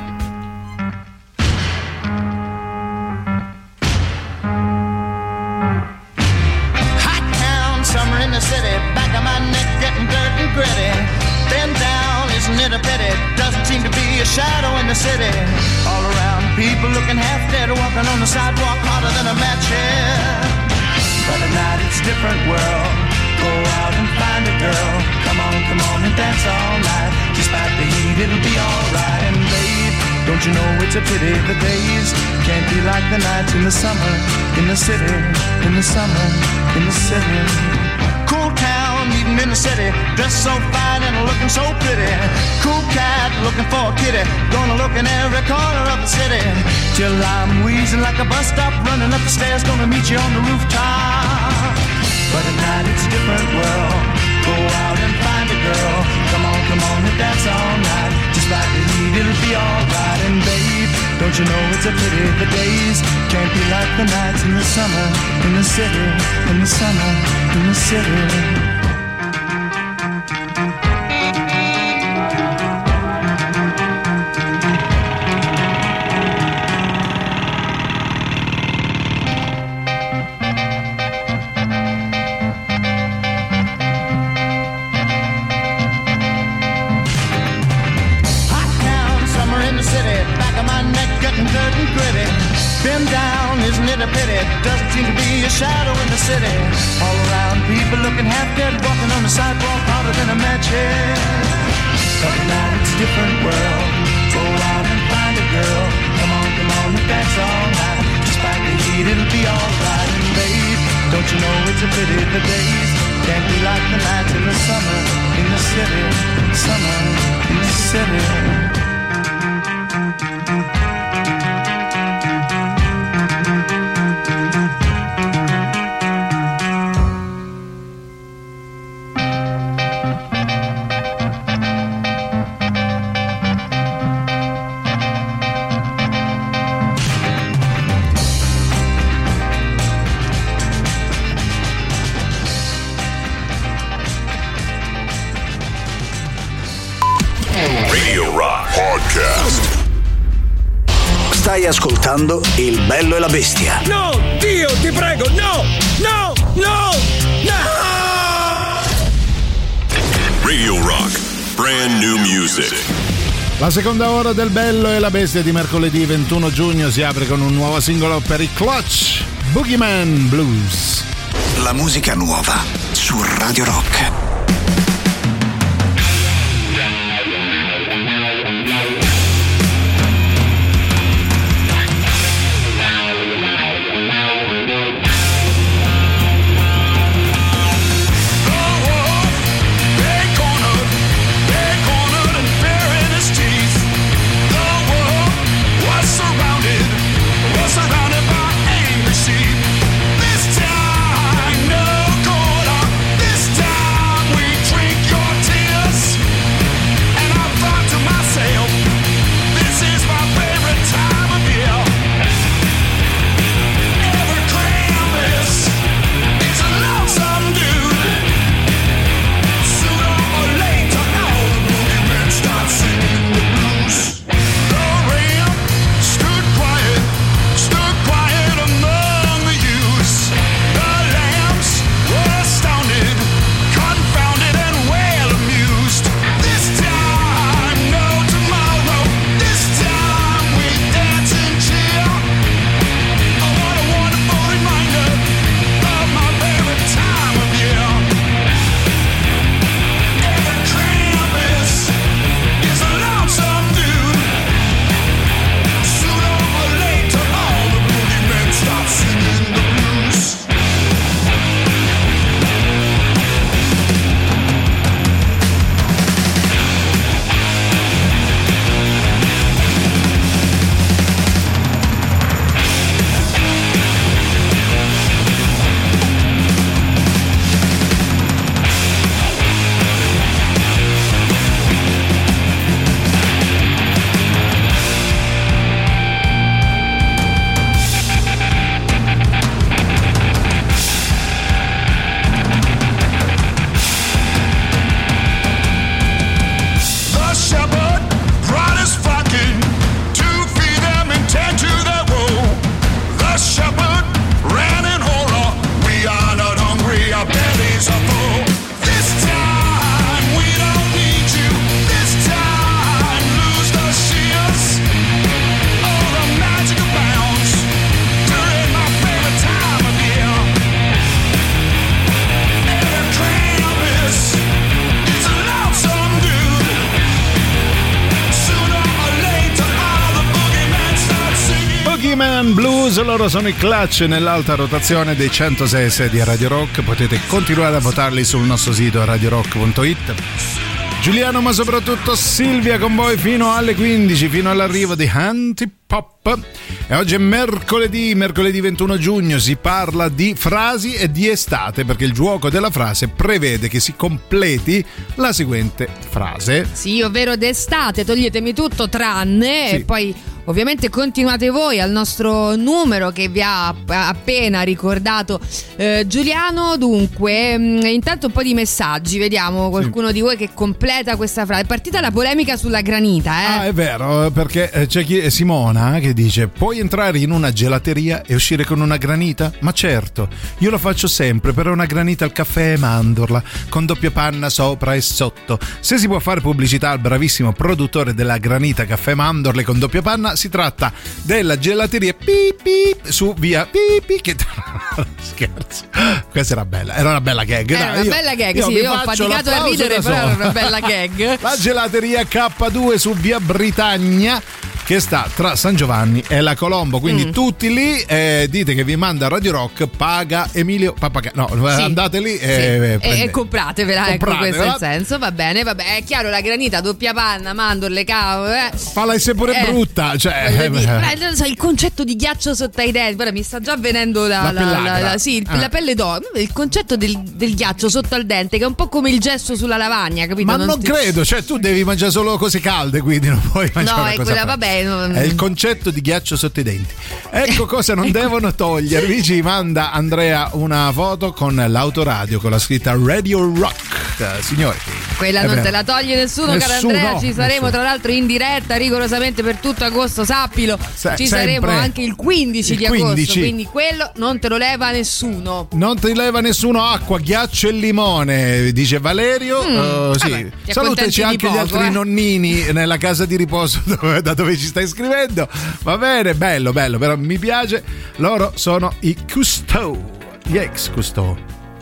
Hot town, summer in the city, back of my neck getting dirt and gritty. Bend down, isn't it a pity? Doesn't seem to be a shadow in the city. All around, people looking half dead, walking on the sidewalk harder than a match here. But at night it's a different world. Go out and find a girl. Come on, come on and dance all night. Despite the heat, it'll be alright. And babe, don't you know it's a pity the days can't be like the nights in the summer, in the city, in the summer, in the city. Cool town, meeting in the city, dressed so fine and looking so pretty. Cool cat, looking for a kitty, gonna look in every corner of the city. Till I'm wheezing like a bus stop, running up the stairs, gonna meet you on the rooftop. But at night it's a different world. Go out and find a girl. Come on, come on and dance all night. Just like the heat, it'll be alright. And babe, don't you know it's a pity the days can't be like the nights in the summer, in the city, in the summer, in the city. Dirt and gritty, been down, isn't it a pity? Doesn't seem to be a shadow in the city. All around, people looking half dead, walking on the sidewalk harder than a match head. But now it's a different world. Go out and find a girl. Come on, come on and dance all night. Despite the heat, it'll be alright. And babe, don't you know it's a pity the days can't be like the nights in the summer, in the city, summer, in the city. Radio Rock Podcast. Stai ascoltando Il Bello e la Bestia. No, Dio, ti prego, no, no, no, no! Radio Rock, brand new music. La seconda ora del Bello e la Bestia di mercoledì ventuno giugno si apre con un nuovo singolo per i Clutch, Boogeyman Blues. La musica nuova su Radio Rock. Boogeyman Blues, loro sono i Clutch nell'alta rotazione dei centosei e sei di Radio Rock. Potete continuare a votarli sul nostro sito radio rock punto it. Giuliano, ma soprattutto Silvia con voi fino alle quindici, fino all'arrivo di Antipop. E oggi è mercoledì, mercoledì ventuno giugno, si parla di frasi e di estate, perché il gioco della frase prevede che si completi la seguente frase. Sì, ovvero d'estate, toglietemi tutto tranne, sì. E poi ovviamente continuate voi al nostro numero che vi ha appena ricordato eh, Giuliano. Dunque, mh, intanto un po' di messaggi, vediamo qualcuno sì. di voi che completa questa frase. È partita la polemica sulla granita, eh? Ah, è vero, perché c'è chi, Simona che dice: puoi entrare in una gelateria e uscire con una granita? Ma certo, io lo faccio sempre, però una granita al caffè e mandorla con doppia panna sopra e sotto. Se si può fare pubblicità al bravissimo produttore della granita caffè mandorle con doppia panna, si tratta della gelateria Pip Pip su via Pip Pip, che scherzo, questa era bella, era una bella gag, era dai, una io, bella gag, io sì, io ho faticato a ridere, però era una bella gag. La gelateria K due su via Britannia, che sta tra San Giovanni e la Colombo, quindi mm. tutti lì, eh, dite che vi manda Radio Rock, paga Emilio Pappaga, no, sì. andate lì e, sì. e, e compratevela, ecco, questo è il senso. Va bene, vabbè, è chiaro, la granita doppia panna, mandorle, cavolo, eh. falla essere pure eh. brutta, cioè eh, beh, il concetto di ghiaccio sotto ai denti, ora mi sta già venendo la, la, la, la, la, sì, ah. la pelle d'oro, il concetto del, del ghiaccio sotto al dente, che è un po' come il gesso sulla lavagna, capito? Ma non, non ti... credo, cioè tu devi mangiare solo cose calde, quindi non puoi mangiare no, una è cosa quella, vabbè, non... è il concetto di ghiaccio sotto i denti. Ecco cosa non devono togliervi. Ci manda Andrea una foto con l'autoradio con la scritta Radio Rock, signori. Quella non te la toglie nessuno, nessuno caro Andrea. Ci saremo nessuno. Tra l'altro in diretta rigorosamente per tutto agosto, sappilo. Se, ci sempre. saremo anche il quindici il di agosto, quindici. Quindi quello non te lo leva nessuno. Non ti leva nessuno. Acqua, ghiaccio e limone, dice Valerio. Mm, uh, sì. Vabbè, salutaci anche poco, gli altri eh. nonnini nella casa di riposo dove, da dove ci stai scrivendo. Va bene, bello, bello, però mi piace. Loro sono i Cousteau, gli ex Cousteau.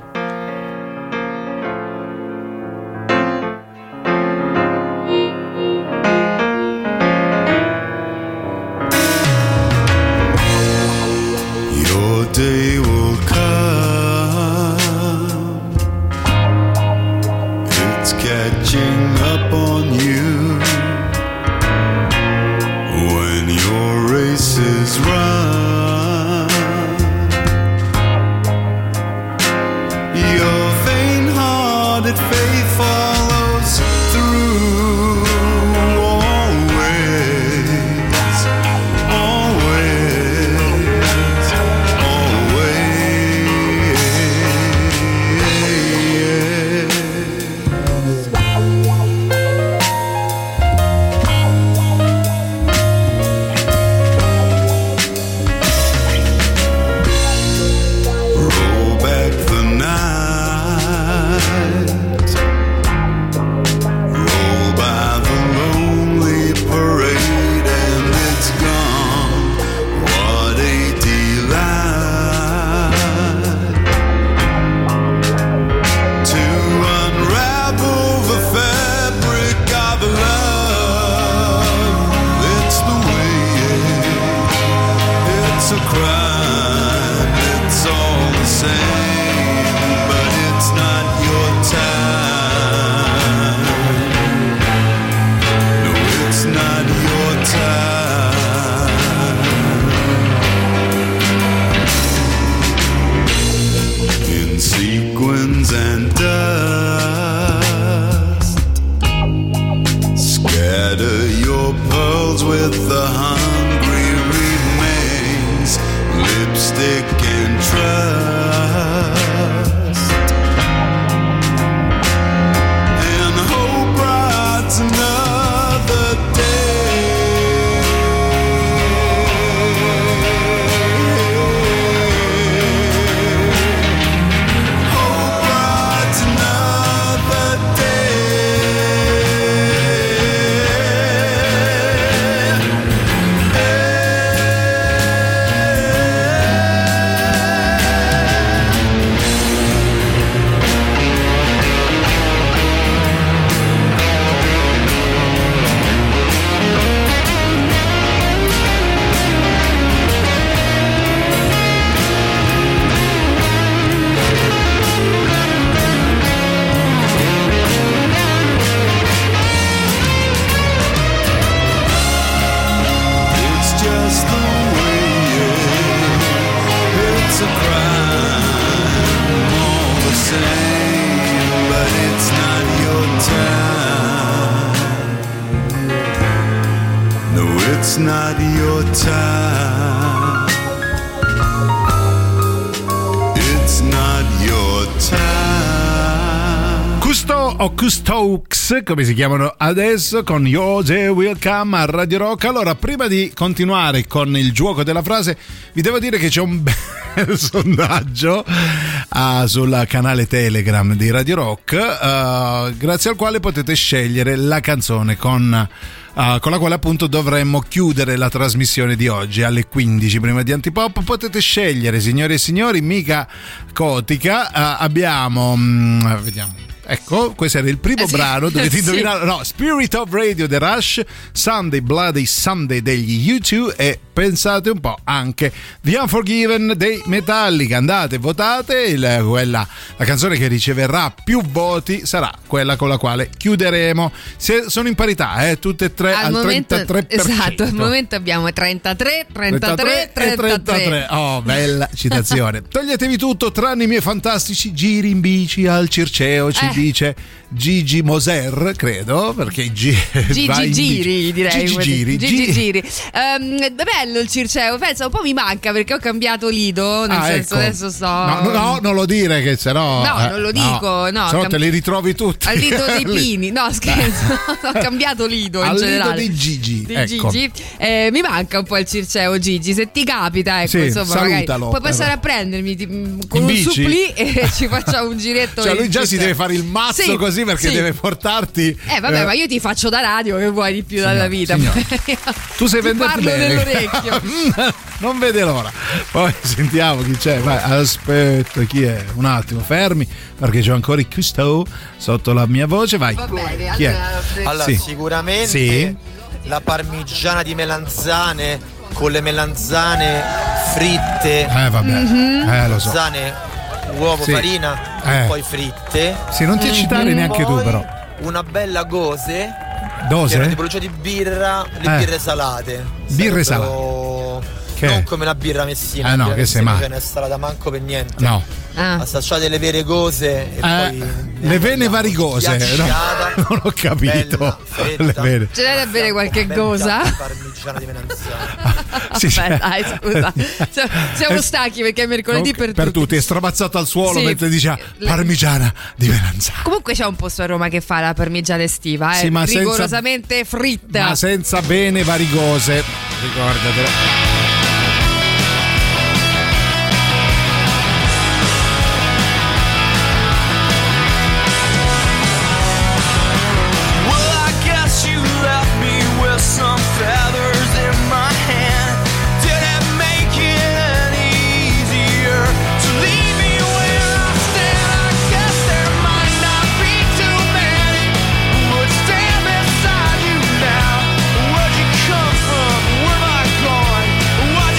Day will come, it's catching up on you when your race is run. Your faint-hearted faith follows through. With the hungry remains, Hocus Stokes, come si chiamano adesso, con Your Day Will Come a Radio Rock. Allora, prima di continuare con il gioco della frase, vi devo dire che c'è un bel sondaggio uh, sul canale Telegram di Radio Rock, uh, grazie al quale potete scegliere la canzone con... Uh, con la quale appunto dovremmo chiudere la trasmissione di oggi alle quindici prima di Antipop. Potete scegliere, signore e signori, mica Cotica. Uh, abbiamo um, vediamo. Ecco, questo era il primo eh sì, brano, dovete indovinare. Sì. No, Spirit of Radio The Rush, Sunday Bloody Sunday degli U due e pensate un po' anche The Unforgiven dei Metallica. Andate, votate, il, quella, la canzone che riceverà più voti sarà quella con la quale chiuderemo. Se, sono in parità, eh, tutte e tre al, al momento, trentatré per cento. Esatto, al momento abbiamo trentatré, trentatré, trentatré, trentatré. Oh, bella citazione. Toglietevi tutto tranne i miei fantastici giri in bici al Circeo, ci eh. dice Gigi Moser, credo, perché G- Gigi Giri, direi. Gigi Giri. Gigi Giri. Um, è bello il Circeo, pensa, un po' mi manca perché ho cambiato lido, nel ah, senso ecco. adesso sto... No, no, no, non lo dire che sennò... No, eh, non lo dico, no. no se no cam... te li ritrovi tutti. Al lido dei Pini, no scherzo, ho cambiato lido in al generale. Al lido di Gigi, di ecco. Gigi. Eh, mi manca un po' il Circeo, Gigi, se ti capita, ecco, sì, insomma, magari puoi passare però. a prendermi ti, con in un bici? supplì e ci facciamo un giretto. Cioè lui già si deve fare il mazzo sì, così perché sì. deve portarti. Eh vabbè, eh. ma io ti faccio da radio, che vuoi di più signor, dalla vita? Tu sei venduto parlo bene. nell'orecchio. Non vede l'ora. Poi sentiamo chi c'è. Vai, aspetta, chi è? Un attimo, fermi, perché c'ho ancora il Cousteau sotto la mia voce. Vai. Va bene, chi è? Allora, sì. sicuramente sì. la parmigiana di melanzane con le melanzane fritte. Eh vabbè, mm-hmm. eh lo so. Melanzane, uovo, sì. farina eh. e poi fritte. Sì, non ti eccitare mm-hmm. neanche poi tu però. Una bella gose. Dose? Che è una tipologia di birra, le eh. birre salate. Birre salate. Che? Non come la birra messina. Eh no, birra che sei mai. Non è salata manco per niente. No. Ah. Assaggiate le vere gose e eh, poi le vene varicose. No, non ho capito. Bella, le vene. Ce n'è da bere qualche cosa? Parmigiana di melanzane. Sì, Vabbè, dai, scusa. Siamo stanchi perché è mercoledì per, per tutti. tutti. È strabazzato al suolo sì. mentre dice parmigiana di melanzane. Comunque c'è un posto a Roma che fa la parmigiana estiva, eh? Sì, ma rigorosamente senza, fritta. Ma senza vene varicose. Ricordatelo. Some feathers in my hand. Did it make it any easier to leave me where I stand? I guess there might not be too many who would stand beside you now. Where'd you come from? Where am I going? What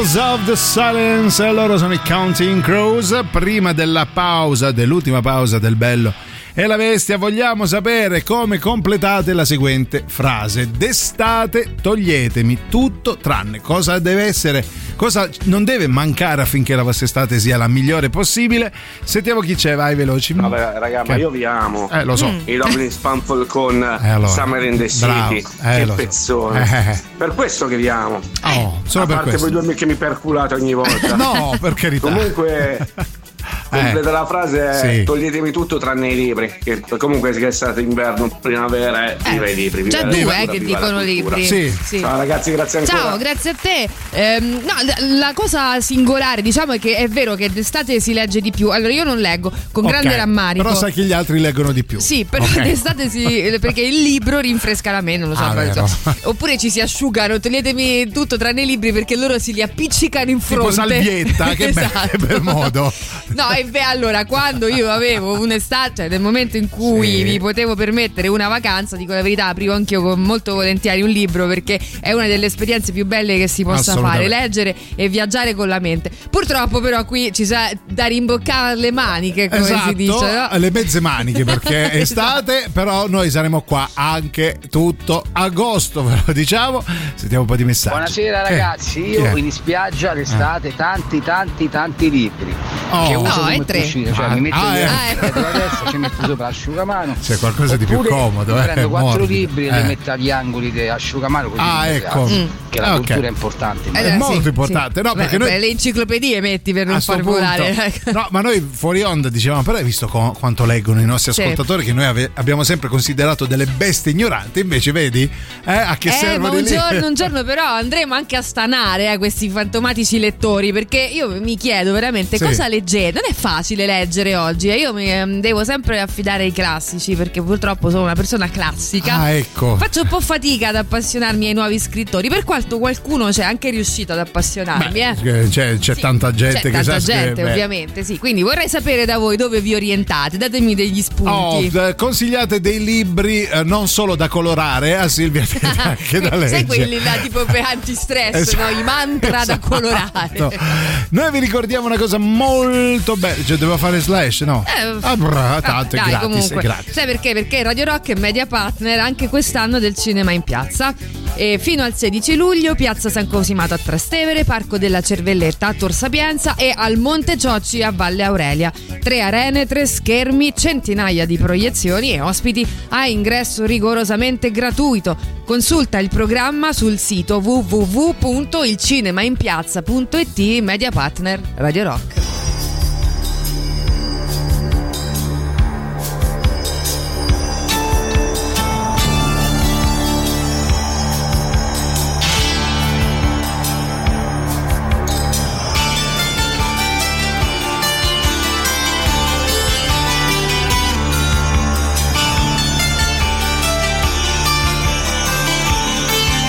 Echoes of the Silence, loro sono i Counting Crows. Prima della pausa, dell'ultima pausa del Bello e la Bestia, vogliamo sapere come completate la seguente frase: d'estate toglietemi tutto tranne. Cosa deve essere, cosa non deve mancare affinché la vostra estate sia la migliore possibile? Sentiamo chi c'è, vai veloci. Vabbè raga, Che- ma io vi amo. Eh, lo so. Mm. I Lovely Spumple con Eh, allora. Summer in the City. Bravo. Eh, che lo so. pezzone. Eh. Per questo che vi amo. Oh, solo A per parte questo. voi due che mi perculate ogni volta. No, per carità. Comunque completa la frase è Sì. toglietemi tutto tranne i libri. Che comunque che è stato inverno, primavera, eh, viva i libri. Viva Già la due cultura, eh, che viva la dicono cultura. libri. Sì. Sì. Ciao ragazzi, grazie ancora. Ciao, grazie a te. Ehm, no, la- la cosa singolare, diciamo, è che è vero che d'estate si legge di più. Allora, io non leggo con Ok, grande rammarico. Però sai che gli altri leggono di più. Sì, però Ok. d'estate si. Perché il libro rinfresca la mente, non lo so. Ah, poi, vero. so. Oppure ci si asciugano, toglietemi tutto tranne i libri perché loro si li appiccicano in Tipo fronte. salvietta, che, be- Esatto. che bel modo. No, e beh, allora, quando io avevo un'estate, cioè nel momento in cui Sì. mi potevo permettere una vacanza, dico la verità, aprivo anch'io con molto volentieri un libro perché è una delle esperienze più belle che si possa fare, Assolutamente. leggere e viaggiare con la mente. Purtroppo però qui ci sa da rimboccare le maniche, come Esatto, si dice, no? le mezze maniche perché è estate, però noi saremo qua anche tutto agosto, ve lo diciamo. Sentiamo un po' di messaggi. Buonasera Che- ragazzi, chi io è? in spiaggia l'estate tanti tanti tanti libri Oh. che uso No, è come tre. cuscino, cioè Ah, mi metto ah, il eh. dietro la destra, ci metto sopra l'asciugamano. C'è qualcosa di più Oppure comodo, mi eh, prendo quattro morbido. libri e Eh. li metto agli angoli dell'asciugamano così Ah, non mi ecco. piace, Mm. che la Ok. cultura è importante. È Eh, molto sì, importante, sì. no? Perché Beh, noi beh, le enciclopedie metti per a non sto far volare. punto- no, ma noi fuori onda dicevamo, però hai visto co- quanto leggono i nostri Sì. ascoltatori, che noi ave- abbiamo sempre considerato delle bestie ignoranti, invece vedi eh, a che Eh, ma servono i un libri? giorno, un giorno però andremo anche a stanare eh, questi fantomatici lettori, perché io mi chiedo veramente Sì. cosa leggete. Non è facile leggere oggi, eh. Io mi ehm, devo sempre affidare ai classici perché purtroppo sono una persona classica. Ah, ecco. Faccio un po' fatica ad appassionarmi ai nuovi scrittori, per quanto qualcuno c'è anche riuscito ad appassionarmi. eh. Beh, c'è, c'è tanta gente C'è che tanta sa gente, scrivere. ovviamente, sì. Quindi vorrei sapere da voi dove vi orientate, datemi degli Oh, spunti. eh, consigliate dei libri eh, non solo da colorare a Silvia, anche da leggere. Sai quelli là tipo per antistress, Esatto. no? I mantra da colorare. Noi vi ricordiamo una cosa molto bella, cioè devo fare slash, no? Eh, ah, bra, tanto è dai, gratis, comunque. è gratis. Sai perché? Perché Radio Rock è media partner anche quest'anno del Cinema in Piazza. E fino al sedici luglio, Piazza San Cosimato a Trastevere, Parco della Cervelletta a Tor Sapienza e al Monte Ciocci a Valle Aurelia. Tre arene, tre schermi, centinaia di proiezioni e ospiti a ingresso rigorosamente gratuito. Consulta il programma sul sito w w w punto il cinema in piazza punto i t, media partner Radio Rock.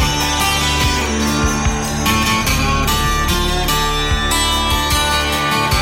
Thank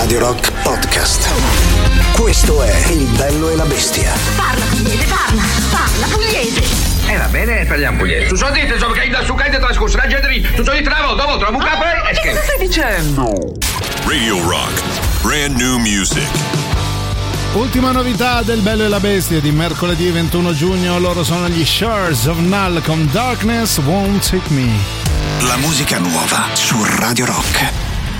Radio Rock Podcast. Questo è Il bello e la bestia. Parla pugliese, parla, parla pugliese. Eh va bene, parliamo pugliese. Tu so dite, so che da su che trascorso la gente lì. Tu so di travo, dopo trovo un capo e che stai dicendo? Radio Rock, brand new music. Ultima novità del Bello e la Bestia di mercoledì ventuno giugno, loro sono gli Shores of Null con Darkness Won't Take Me. La musica nuova su Radio Rock.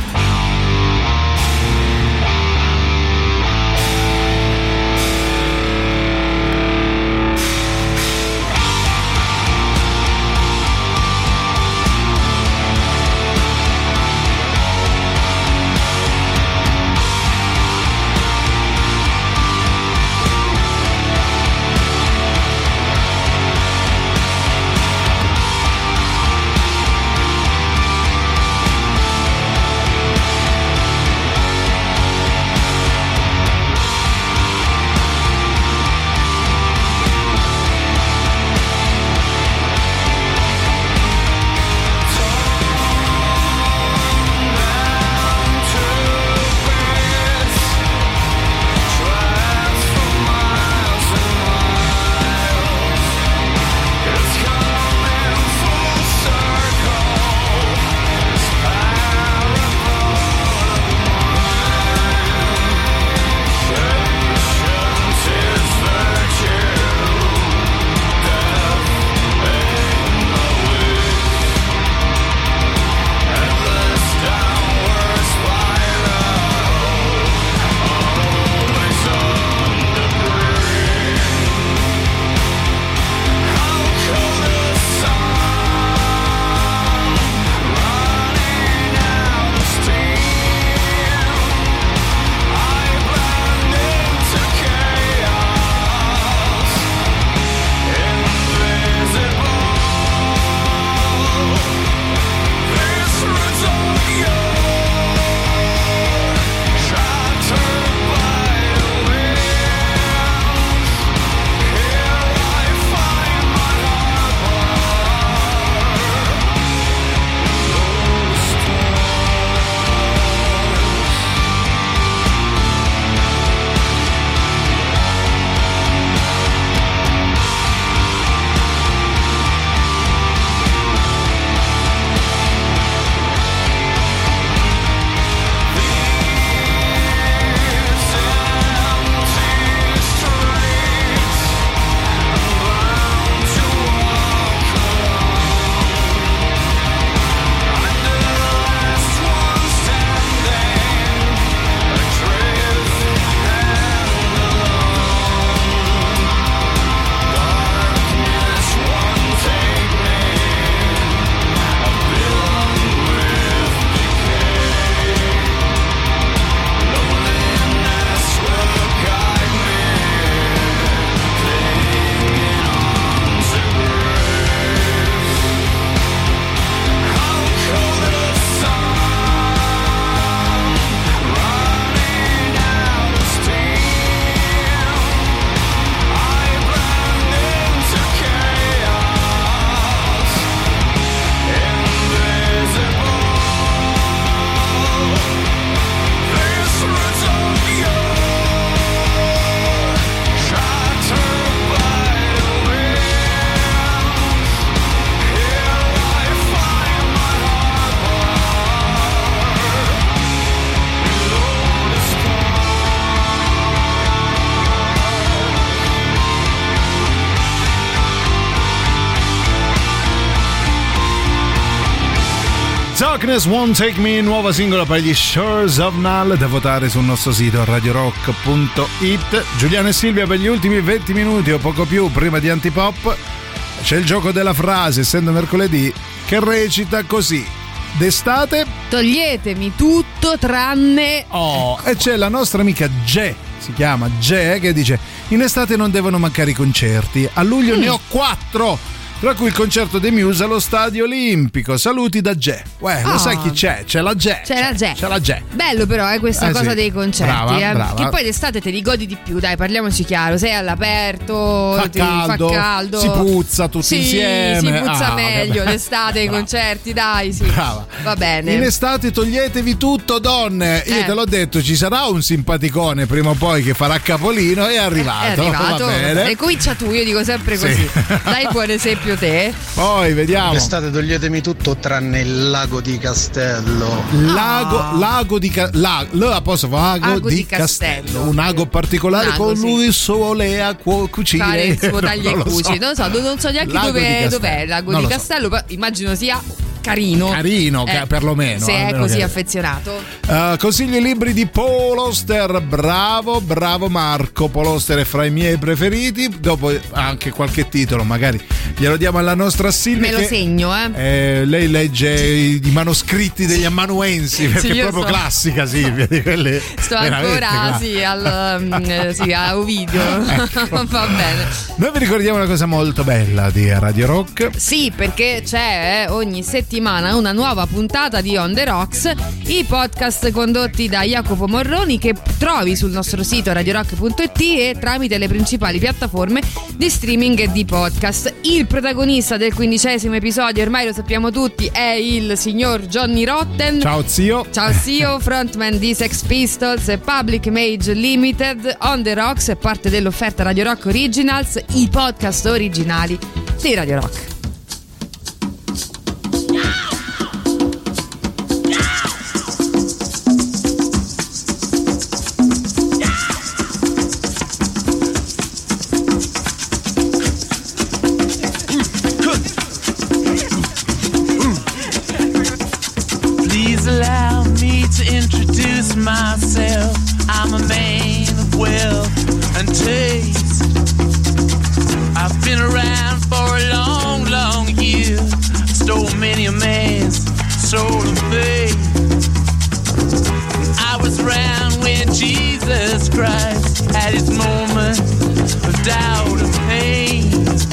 Darkness Won't Take Me, nuova singola per gli Shores of Null, da votare sul nostro sito radio rock punto it. Giuliano e Silvia, per gli ultimi venti minuti o poco più prima di Antipop c'è il gioco della frase, essendo mercoledì, che recita così: d'estate toglietemi tutto tranne... Oh, e c'è la nostra amica Ge, si chiama Ge, che dice: in estate non devono mancare i concerti, a luglio mm. ne ho quattro. tra cui il concerto dei Muse allo Stadio Olimpico. Saluti da Ge. Uè, lo Oh. sai chi c'è? C'è la Ge. C'è la Ge. C'è la Ge. Bello però eh, questa Eh, cosa sì. dei concerti, Brava, eh. brava. Che poi d'estate te li godi di più, dai, parliamoci chiaro. Sei all'aperto, Fa ti caldo, fa caldo, si puzza tutti sì, insieme. Si puzza Ah, meglio vabbè. d'estate i Brava. concerti, dai, sì. Brava. Va bene. In estate toglietevi tutto, donne. Io Eh. te l'ho detto, ci sarà un simpaticone prima o poi che farà capolino. È arrivato. È arrivato. Va bene. E comincia tu, io dico sempre Sì. così. Dai buon esempio te. Poi vediamo. L'estate toglietemi tutto tranne il lago di Castello. Lago, lago di Ca- la, L apostrofo lago, Lago di, di Castello. Castello. Un ago particolare Un ago, con sì. lui sole a cu- cucire. Fare il suo taglia e Non lo cuci. so. Non lo so, non so neanche Lago di dove, Castello. dov'è il lago Non di lo so. Castello, però immagino sia carino. Carino, Eh, ca- perlomeno. Se è almeno così che- affezionato. Uh, consiglio i libri di Paul Auster. Bravo, bravo Marco. Paul Auster è fra i miei preferiti. Dopo anche qualche titolo, magari glielo diamo alla nostra Silvia. Me lo che, segno, eh. eh, lei legge i, i manoscritti degli amanuensi, perché Sì, è io proprio so. classica Silvia di quelle. Sto veramente ancora classiche. sì, al, mm, eh, sì, a Ovidio. Ecco. Va bene. Noi vi ricordiamo una cosa molto bella di Radio Rock. Sì, perché c'è eh, ogni settimana una nuova puntata di On The Rocks, i podcast condotti da Jacopo Morroni che trovi sul nostro sito radiorock punto it e tramite le principali piattaforme di streaming e di podcast. Il protagonista del quindicesimo episodio, ormai lo sappiamo tutti, è il signor Johnny Rotten. Ciao zio. Ciao zio, frontman di Sex Pistols e Public Image Limited. On The Rocks è parte dell'offerta Radio Rock Originals, i podcast originali di Radio Rock. Please allow me to introduce myself. I'm a man of wealth and taste. I've been around for a long, long year. Stole many a man's soul of faith. I was around when Jesus Christ had his moment of doubt and pain.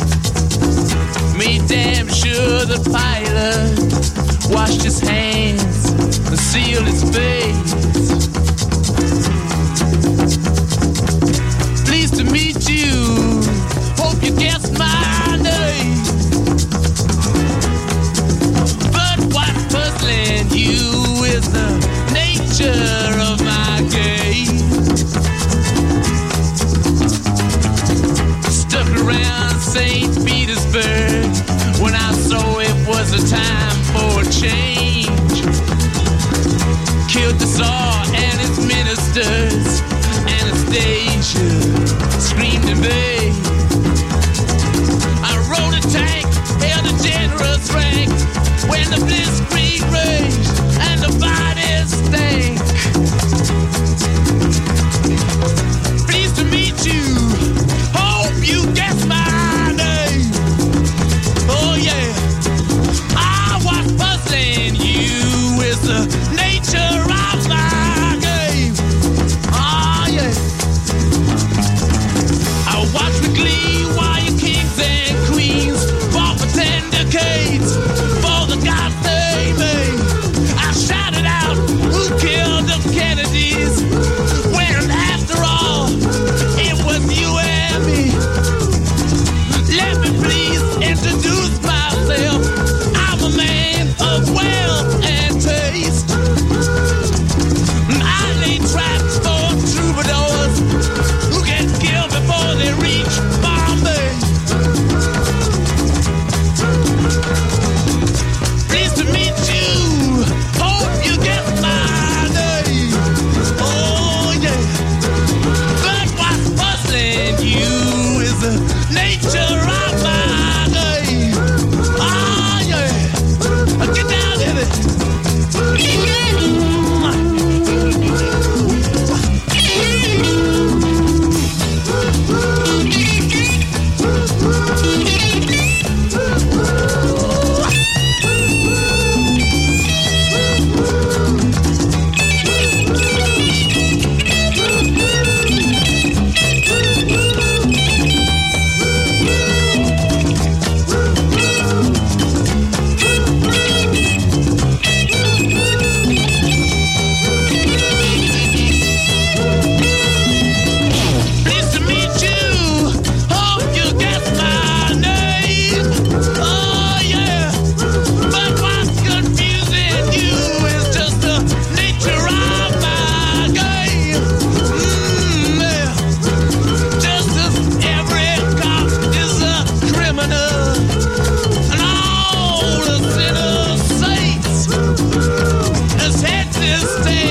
Made damn sure the pilot washed his hands and sealed his face. Pleased to meet you. Hope you guessed my name. But what's puzzling you is the nature of my game. Stuck around Saint Petersburg when I saw it was a time for a change. Killed the Tsar and his ministers. Anastasia screamed in vain. I rode a tank, held a generous rank when the blitzkrieg raged and the bodies stank. Pleased to meet you. Hope you guess my name. Oh yeah. I was puzzling you with the nature of my game. Oh yeah. I watch with glee while your kings and queens fought for ten decades for the gods they made.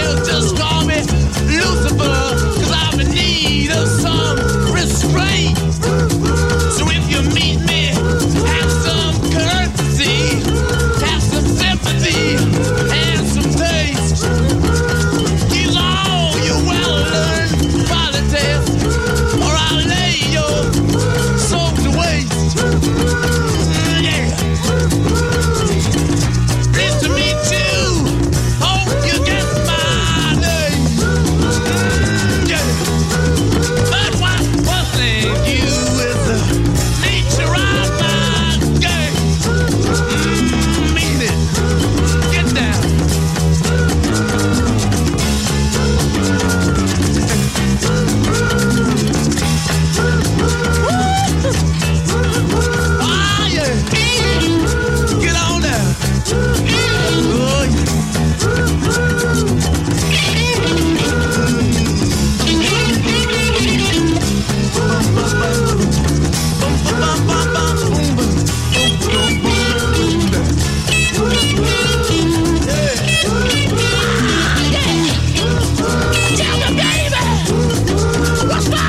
angels, just call me Lucifer, 'cause I'm in need of some restraint. So if you meet me, have some courtesy, have some sympathy, and some taste. Use all your well-learned politics, or I'll lay your soul to waste. Mm, yeah. Pleased to meet you. Hope you get my name. Mm, yeah. But what was thank you is the nature of my game. Mm, mean it. Get down. Ah, yeah. Get on down. Oh, Tell me, baby, what's my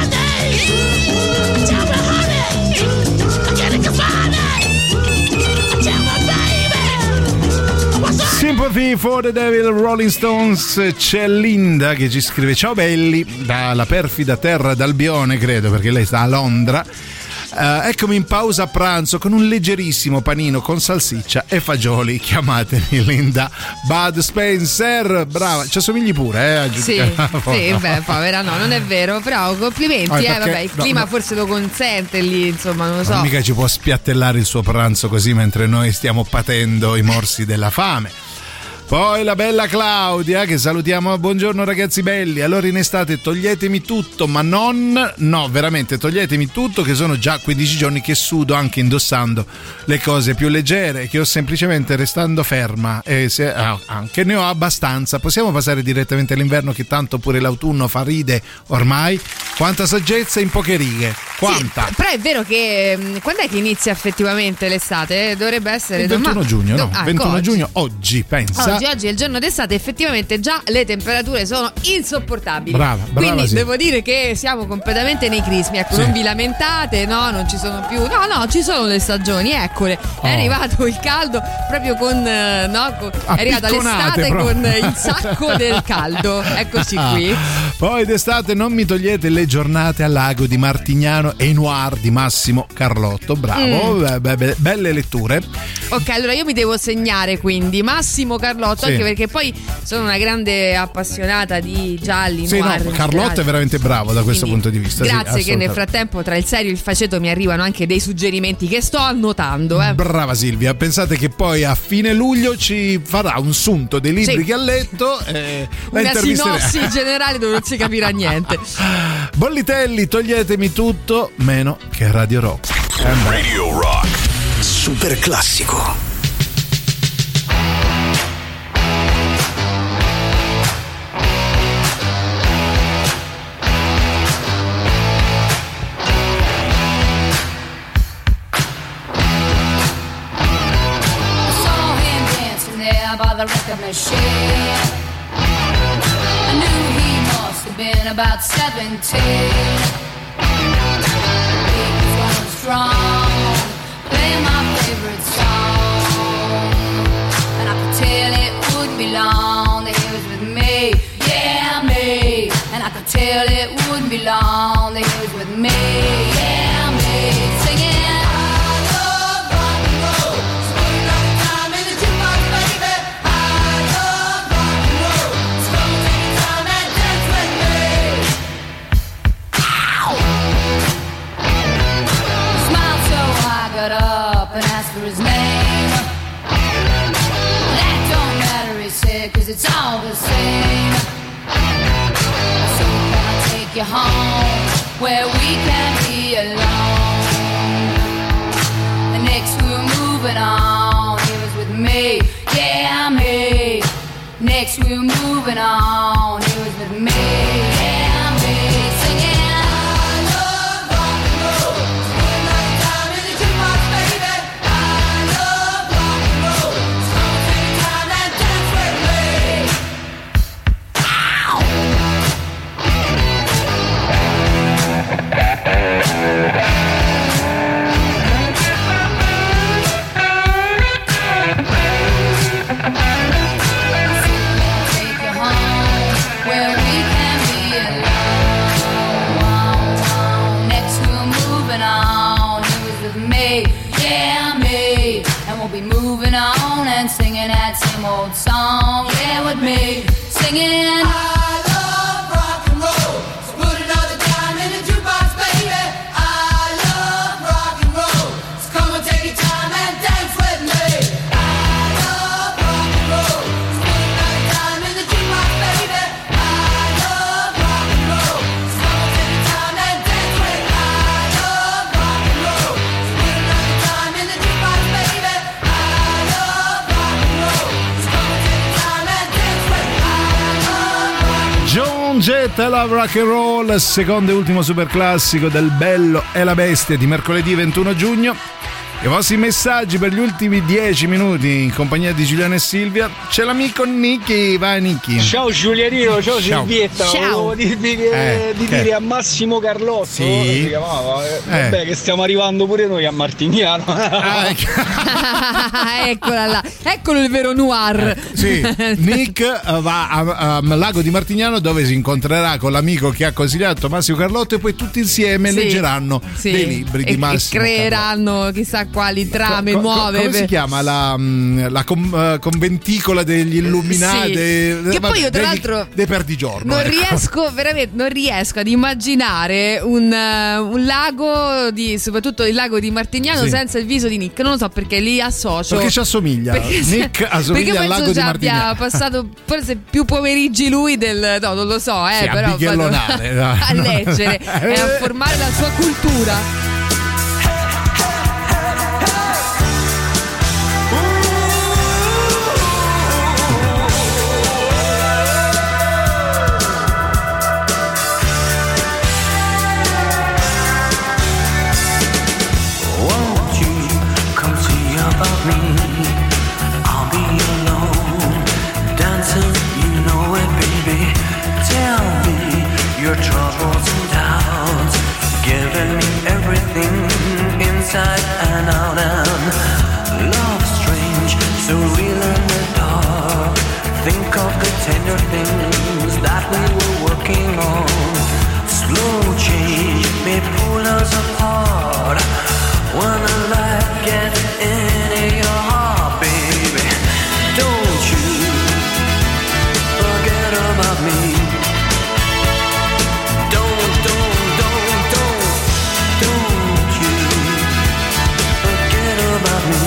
name? Tell me, honey, I'm getting confined. Tell me, baby, what's my Sympathy for the Devil, Rolling Stones. C'è Linda che ci scrive: ciao belli, dalla perfida terra d'Albione, credo, perché lei sta a Londra. Uh, eccomi in pausa a pranzo con un leggerissimo panino con salsiccia e fagioli. Chiamatemi Linda Bud Spencer. Brava, ci assomigli pure, eh? a Sì, giudicare. sì, beh, povera no, non è vero, però complimenti, Ah, eh, perché- vabbè, il no, clima no. forse lo consente lì, insomma, non lo so. Non mica ci può spiattellare il suo pranzo così mentre noi stiamo patendo i morsi della fame. Poi la bella Claudia che salutiamo: buongiorno ragazzi belli, allora in estate toglietemi tutto, ma non, no veramente toglietemi tutto, che sono già quindici giorni che sudo anche indossando le cose più leggere, che ho semplicemente restando ferma e se, ah, anche ne ho abbastanza. Possiamo passare direttamente all'inverno, che tanto pure l'autunno fa ride ormai. Quanta saggezza in poche righe, quanta. Sì, però è vero che mh, quando è che inizia effettivamente l'estate? Dovrebbe essere Il ventuno domani. giugno, no? Do- ah, ventuno oggi. giugno, oggi, pensa. Oggi, oggi è il giorno d'estate, effettivamente già le temperature sono insopportabili. Brava, brava, Quindi sì. devo dire che siamo completamente nei crismi. Ecco, Sì. non vi lamentate, no, non ci sono più. No, no, ci sono le stagioni, eccole. È Oh. arrivato il caldo proprio con. eh, No, con- è arrivata Appicconate l'estate proprio. con il sacco del caldo. Eccoci qui. Ah. Poi d'estate non mi togliete le giornate al lago di Martignano e i Noir di Massimo Carlotto. Bravo, Mm. be- be- be- belle letture. Ok, allora io mi devo segnare quindi Massimo Carlotto, Sì. anche perché poi sono una grande appassionata di gialli, Sì, noir no, in Carlotto generale. è veramente bravo da questo Quindi, punto di vista. sì, Grazie che nel assolutamente. frattempo tra il serio e il faceto mi arrivano anche dei suggerimenti che sto annotando. Eh. Brava Silvia, pensate che poi a fine luglio ci farà un sunto dei libri Sì. che ha letto e la Una intervisteremo. sinossi generale dove non si capirà niente. Bollitelli, toglietemi tutto meno che Radio Rock. Eh, beh. Radio Rock. Super classico. I saw him dancing there by the record machine. I knew he must have been about seventeen. He was going strong, playing my favorite song, and I could tell it wouldn't be long that he was with me, yeah me. And I could tell it wouldn't be long that he was with me, yeah me. Singing. Smiled so I got up and asked for his name. That don't matter, he said, 'cause it's all the same. So can I take you home where we can be alone? And next we were moving on, he was with me, yeah me. Next we were moving on, he was with me, yeah me. Singing. be moving on and singing that same old song. Yeah, with me singing. I love rock and roll. So put another dime in the jukebox, baby. I love rock and roll. So come and take your time and dance with me. I love rock and roll. So put another dime in the jukebox, baby. I love rock and roll. So come and take your time and dance with me. I love rock and roll. So put another dime in the jukebox, baby. I love rock and roll. So come and take your time and dance with me. I love rock and roll. Joan Jett, I Love Rock and Roll, secondo e ultimo super classico del Bello e la Bestia di mercoledì ventuno giugno. I vostri messaggi per gli ultimi dieci minuti in compagnia di Giuliano e Silvia. C'è l'amico Nicky, vai Nicky. Ciao Giulianino, ciao, Ciao. Silvietta. Ciao. Volevo dirvi che, Eh, di che? dire a Massimo Carlotto, Sì. come si chiamava? Eh, Eh. Vabbè, che stiamo arrivando pure noi a Martignano. Ah, Eccola là, eccolo il vero noir. Sì, Nick eh, va a, a Lago di Martignano dove si incontrerà con l'amico che ha consigliato Massimo Carlotto e poi tutti insieme Sì, leggeranno sì. dei libri di e, Massimo e creeranno chissà quali trame Co- co- nuove. come si per- chiama la, mm, la com- eh, conventicola degli illuminati? Sì. de- Che poi io, tra degli- l'altro, dei perdigiorno, Non ecco. riesco veramente non riesco ad immaginare un, eh, un lago di, soprattutto il lago di Martignano, Sì. senza il viso di Nick. Non lo so perché li associo. Perché ci assomiglia. Perché se- Nick assomiglia perché al penso lago di ci abbia Martignano. passato forse più pomeriggi lui del. No, non lo so, eh, Sì, a però vado bighellonare, dai. a leggere e a formare la sua cultura. Won't you come see about me? I'll be alone, dancing, you know it, baby. Tell me your troubles and doubts, giving me everything inside and out. And love strange, so real in the dark. Think of the tender things that we were working on. Slow change may pull us apart. When the light gets into your heart, baby, don't you forget about me. Don't, don't, don't, don't, don't you forget about me.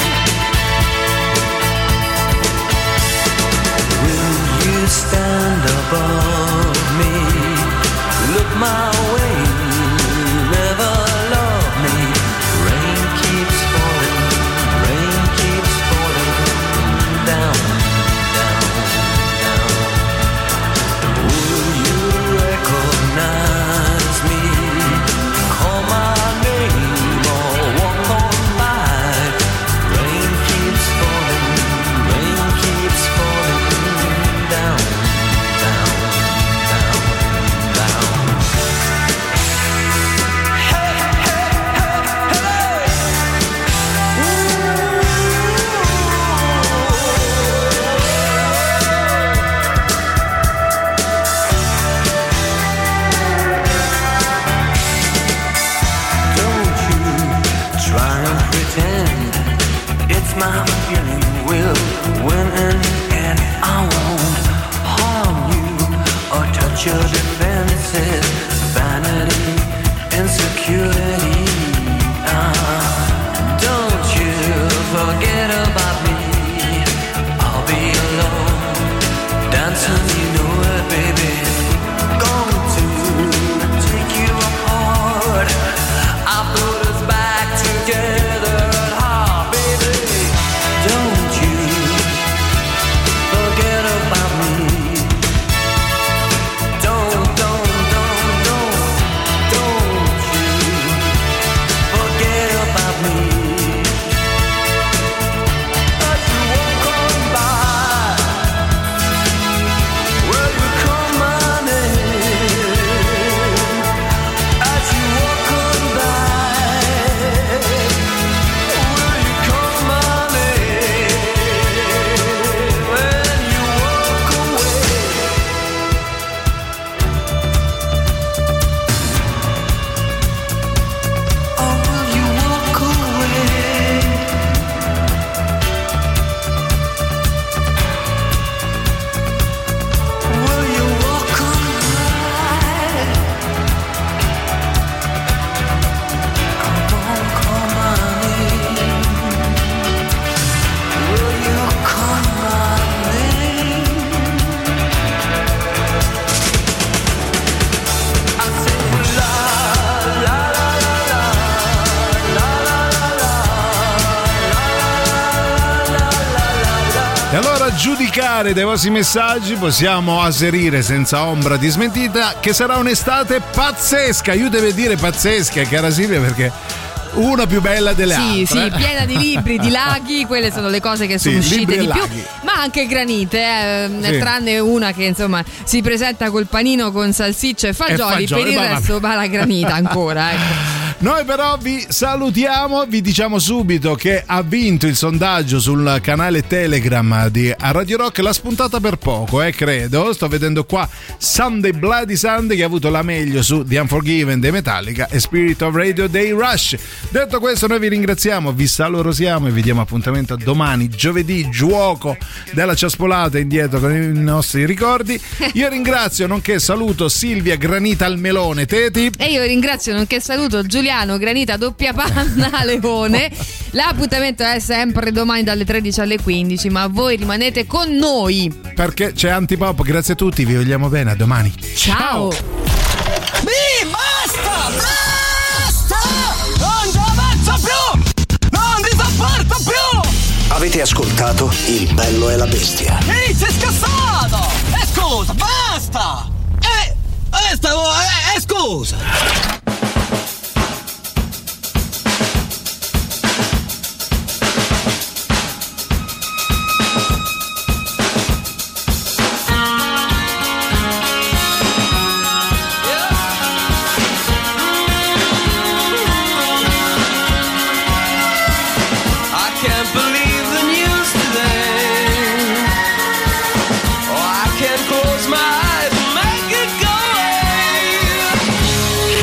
Will you stand above me? Look my way, never love me. Rain keeps falling, rain keeps falling down, down, down. Will you recognize me? Call my name or walk on by. Rain keeps falling, rain keeps falling down, down, down, down. Don't you try and pretend it's my feeling will win in the end. I won't harm you or touch your defenses, vanity, insecurity. Ah, don't you forget about me. I'll be alone, dancing, you know it, baby. Going to take you apart. I put us back together at heart, baby. Don't you forget about me. Don't, don't. giudicare dai vostri messaggi possiamo asserire senza ombra di smentita che sarà un'estate pazzesca. Io devo dire pazzesca, cara Silvia, perché una più bella delle sì, altre. Sì, sì, piena di libri, di laghi, quelle sono le cose che sono sì, uscite di più, laghi. ma anche granite, eh, sì. tranne una che insomma si presenta col panino con salsiccia e fagioli, e fagioli per il ma resto va la granita ancora, ecco. Noi però vi salutiamo, vi diciamo subito che ha vinto il sondaggio sul canale Telegram di Radio Rock, l'ha spuntata per poco, eh, credo. Sto vedendo qua Sunday Bloody Sunday che ha avuto la meglio su The Unforgiven dei Metallica e Spirit of Radio dei Rush. Detto questo, noi vi ringraziamo, vi salorosiamo e vi diamo appuntamento a domani, giovedì, giuoco della ciaspolata indietro con i nostri ricordi. Io ringrazio, nonché saluto Silvia Granita al melone Teti. E io ringrazio, nonché saluto Giuliano Granita doppia panna Leone. L'appuntamento è sempre domani dalle tredici alle quindici, ma voi rimanete con noi perché c'è Antipop. Grazie a tutti, vi vogliamo bene, a domani. Ciao. Mi basta! Basta! Non ci avanzo più! Non vi sopporto più! Avete ascoltato Il Bello e la Bestia? Ehi, sei scassato! E scusa, basta! E... e stavo... e, e scusa! Close my eyes and make it go away.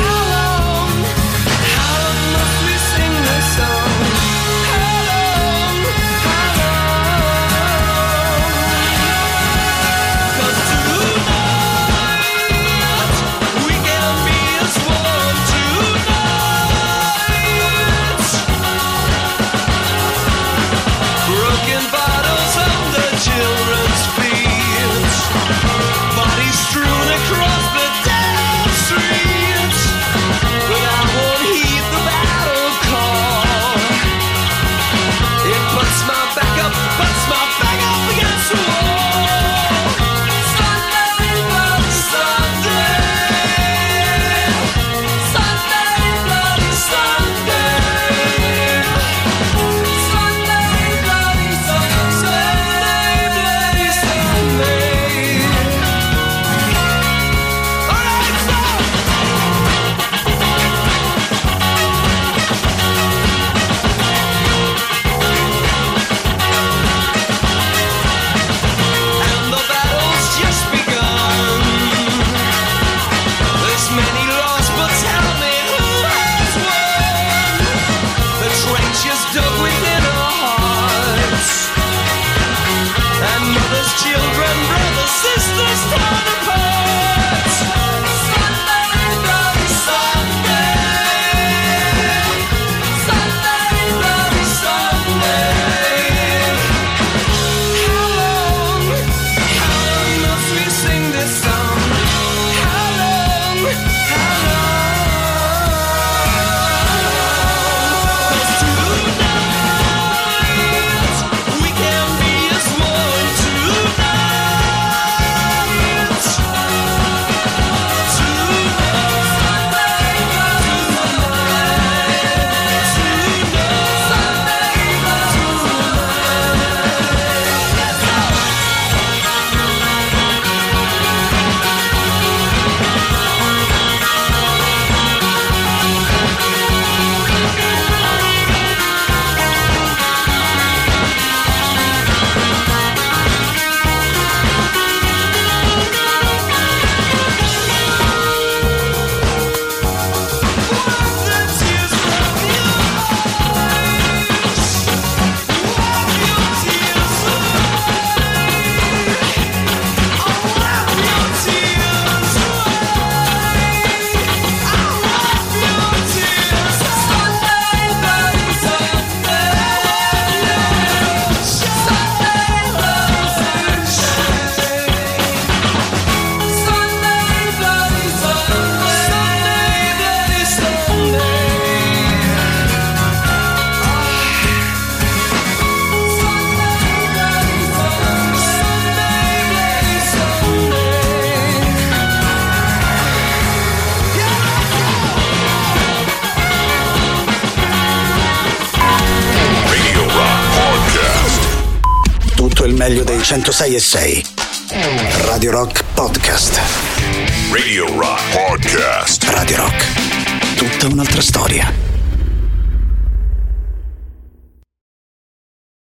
il meglio dei centosei e sei. Radio Rock Podcast. Radio Rock Podcast. Radio Rock. Tutta un'altra storia.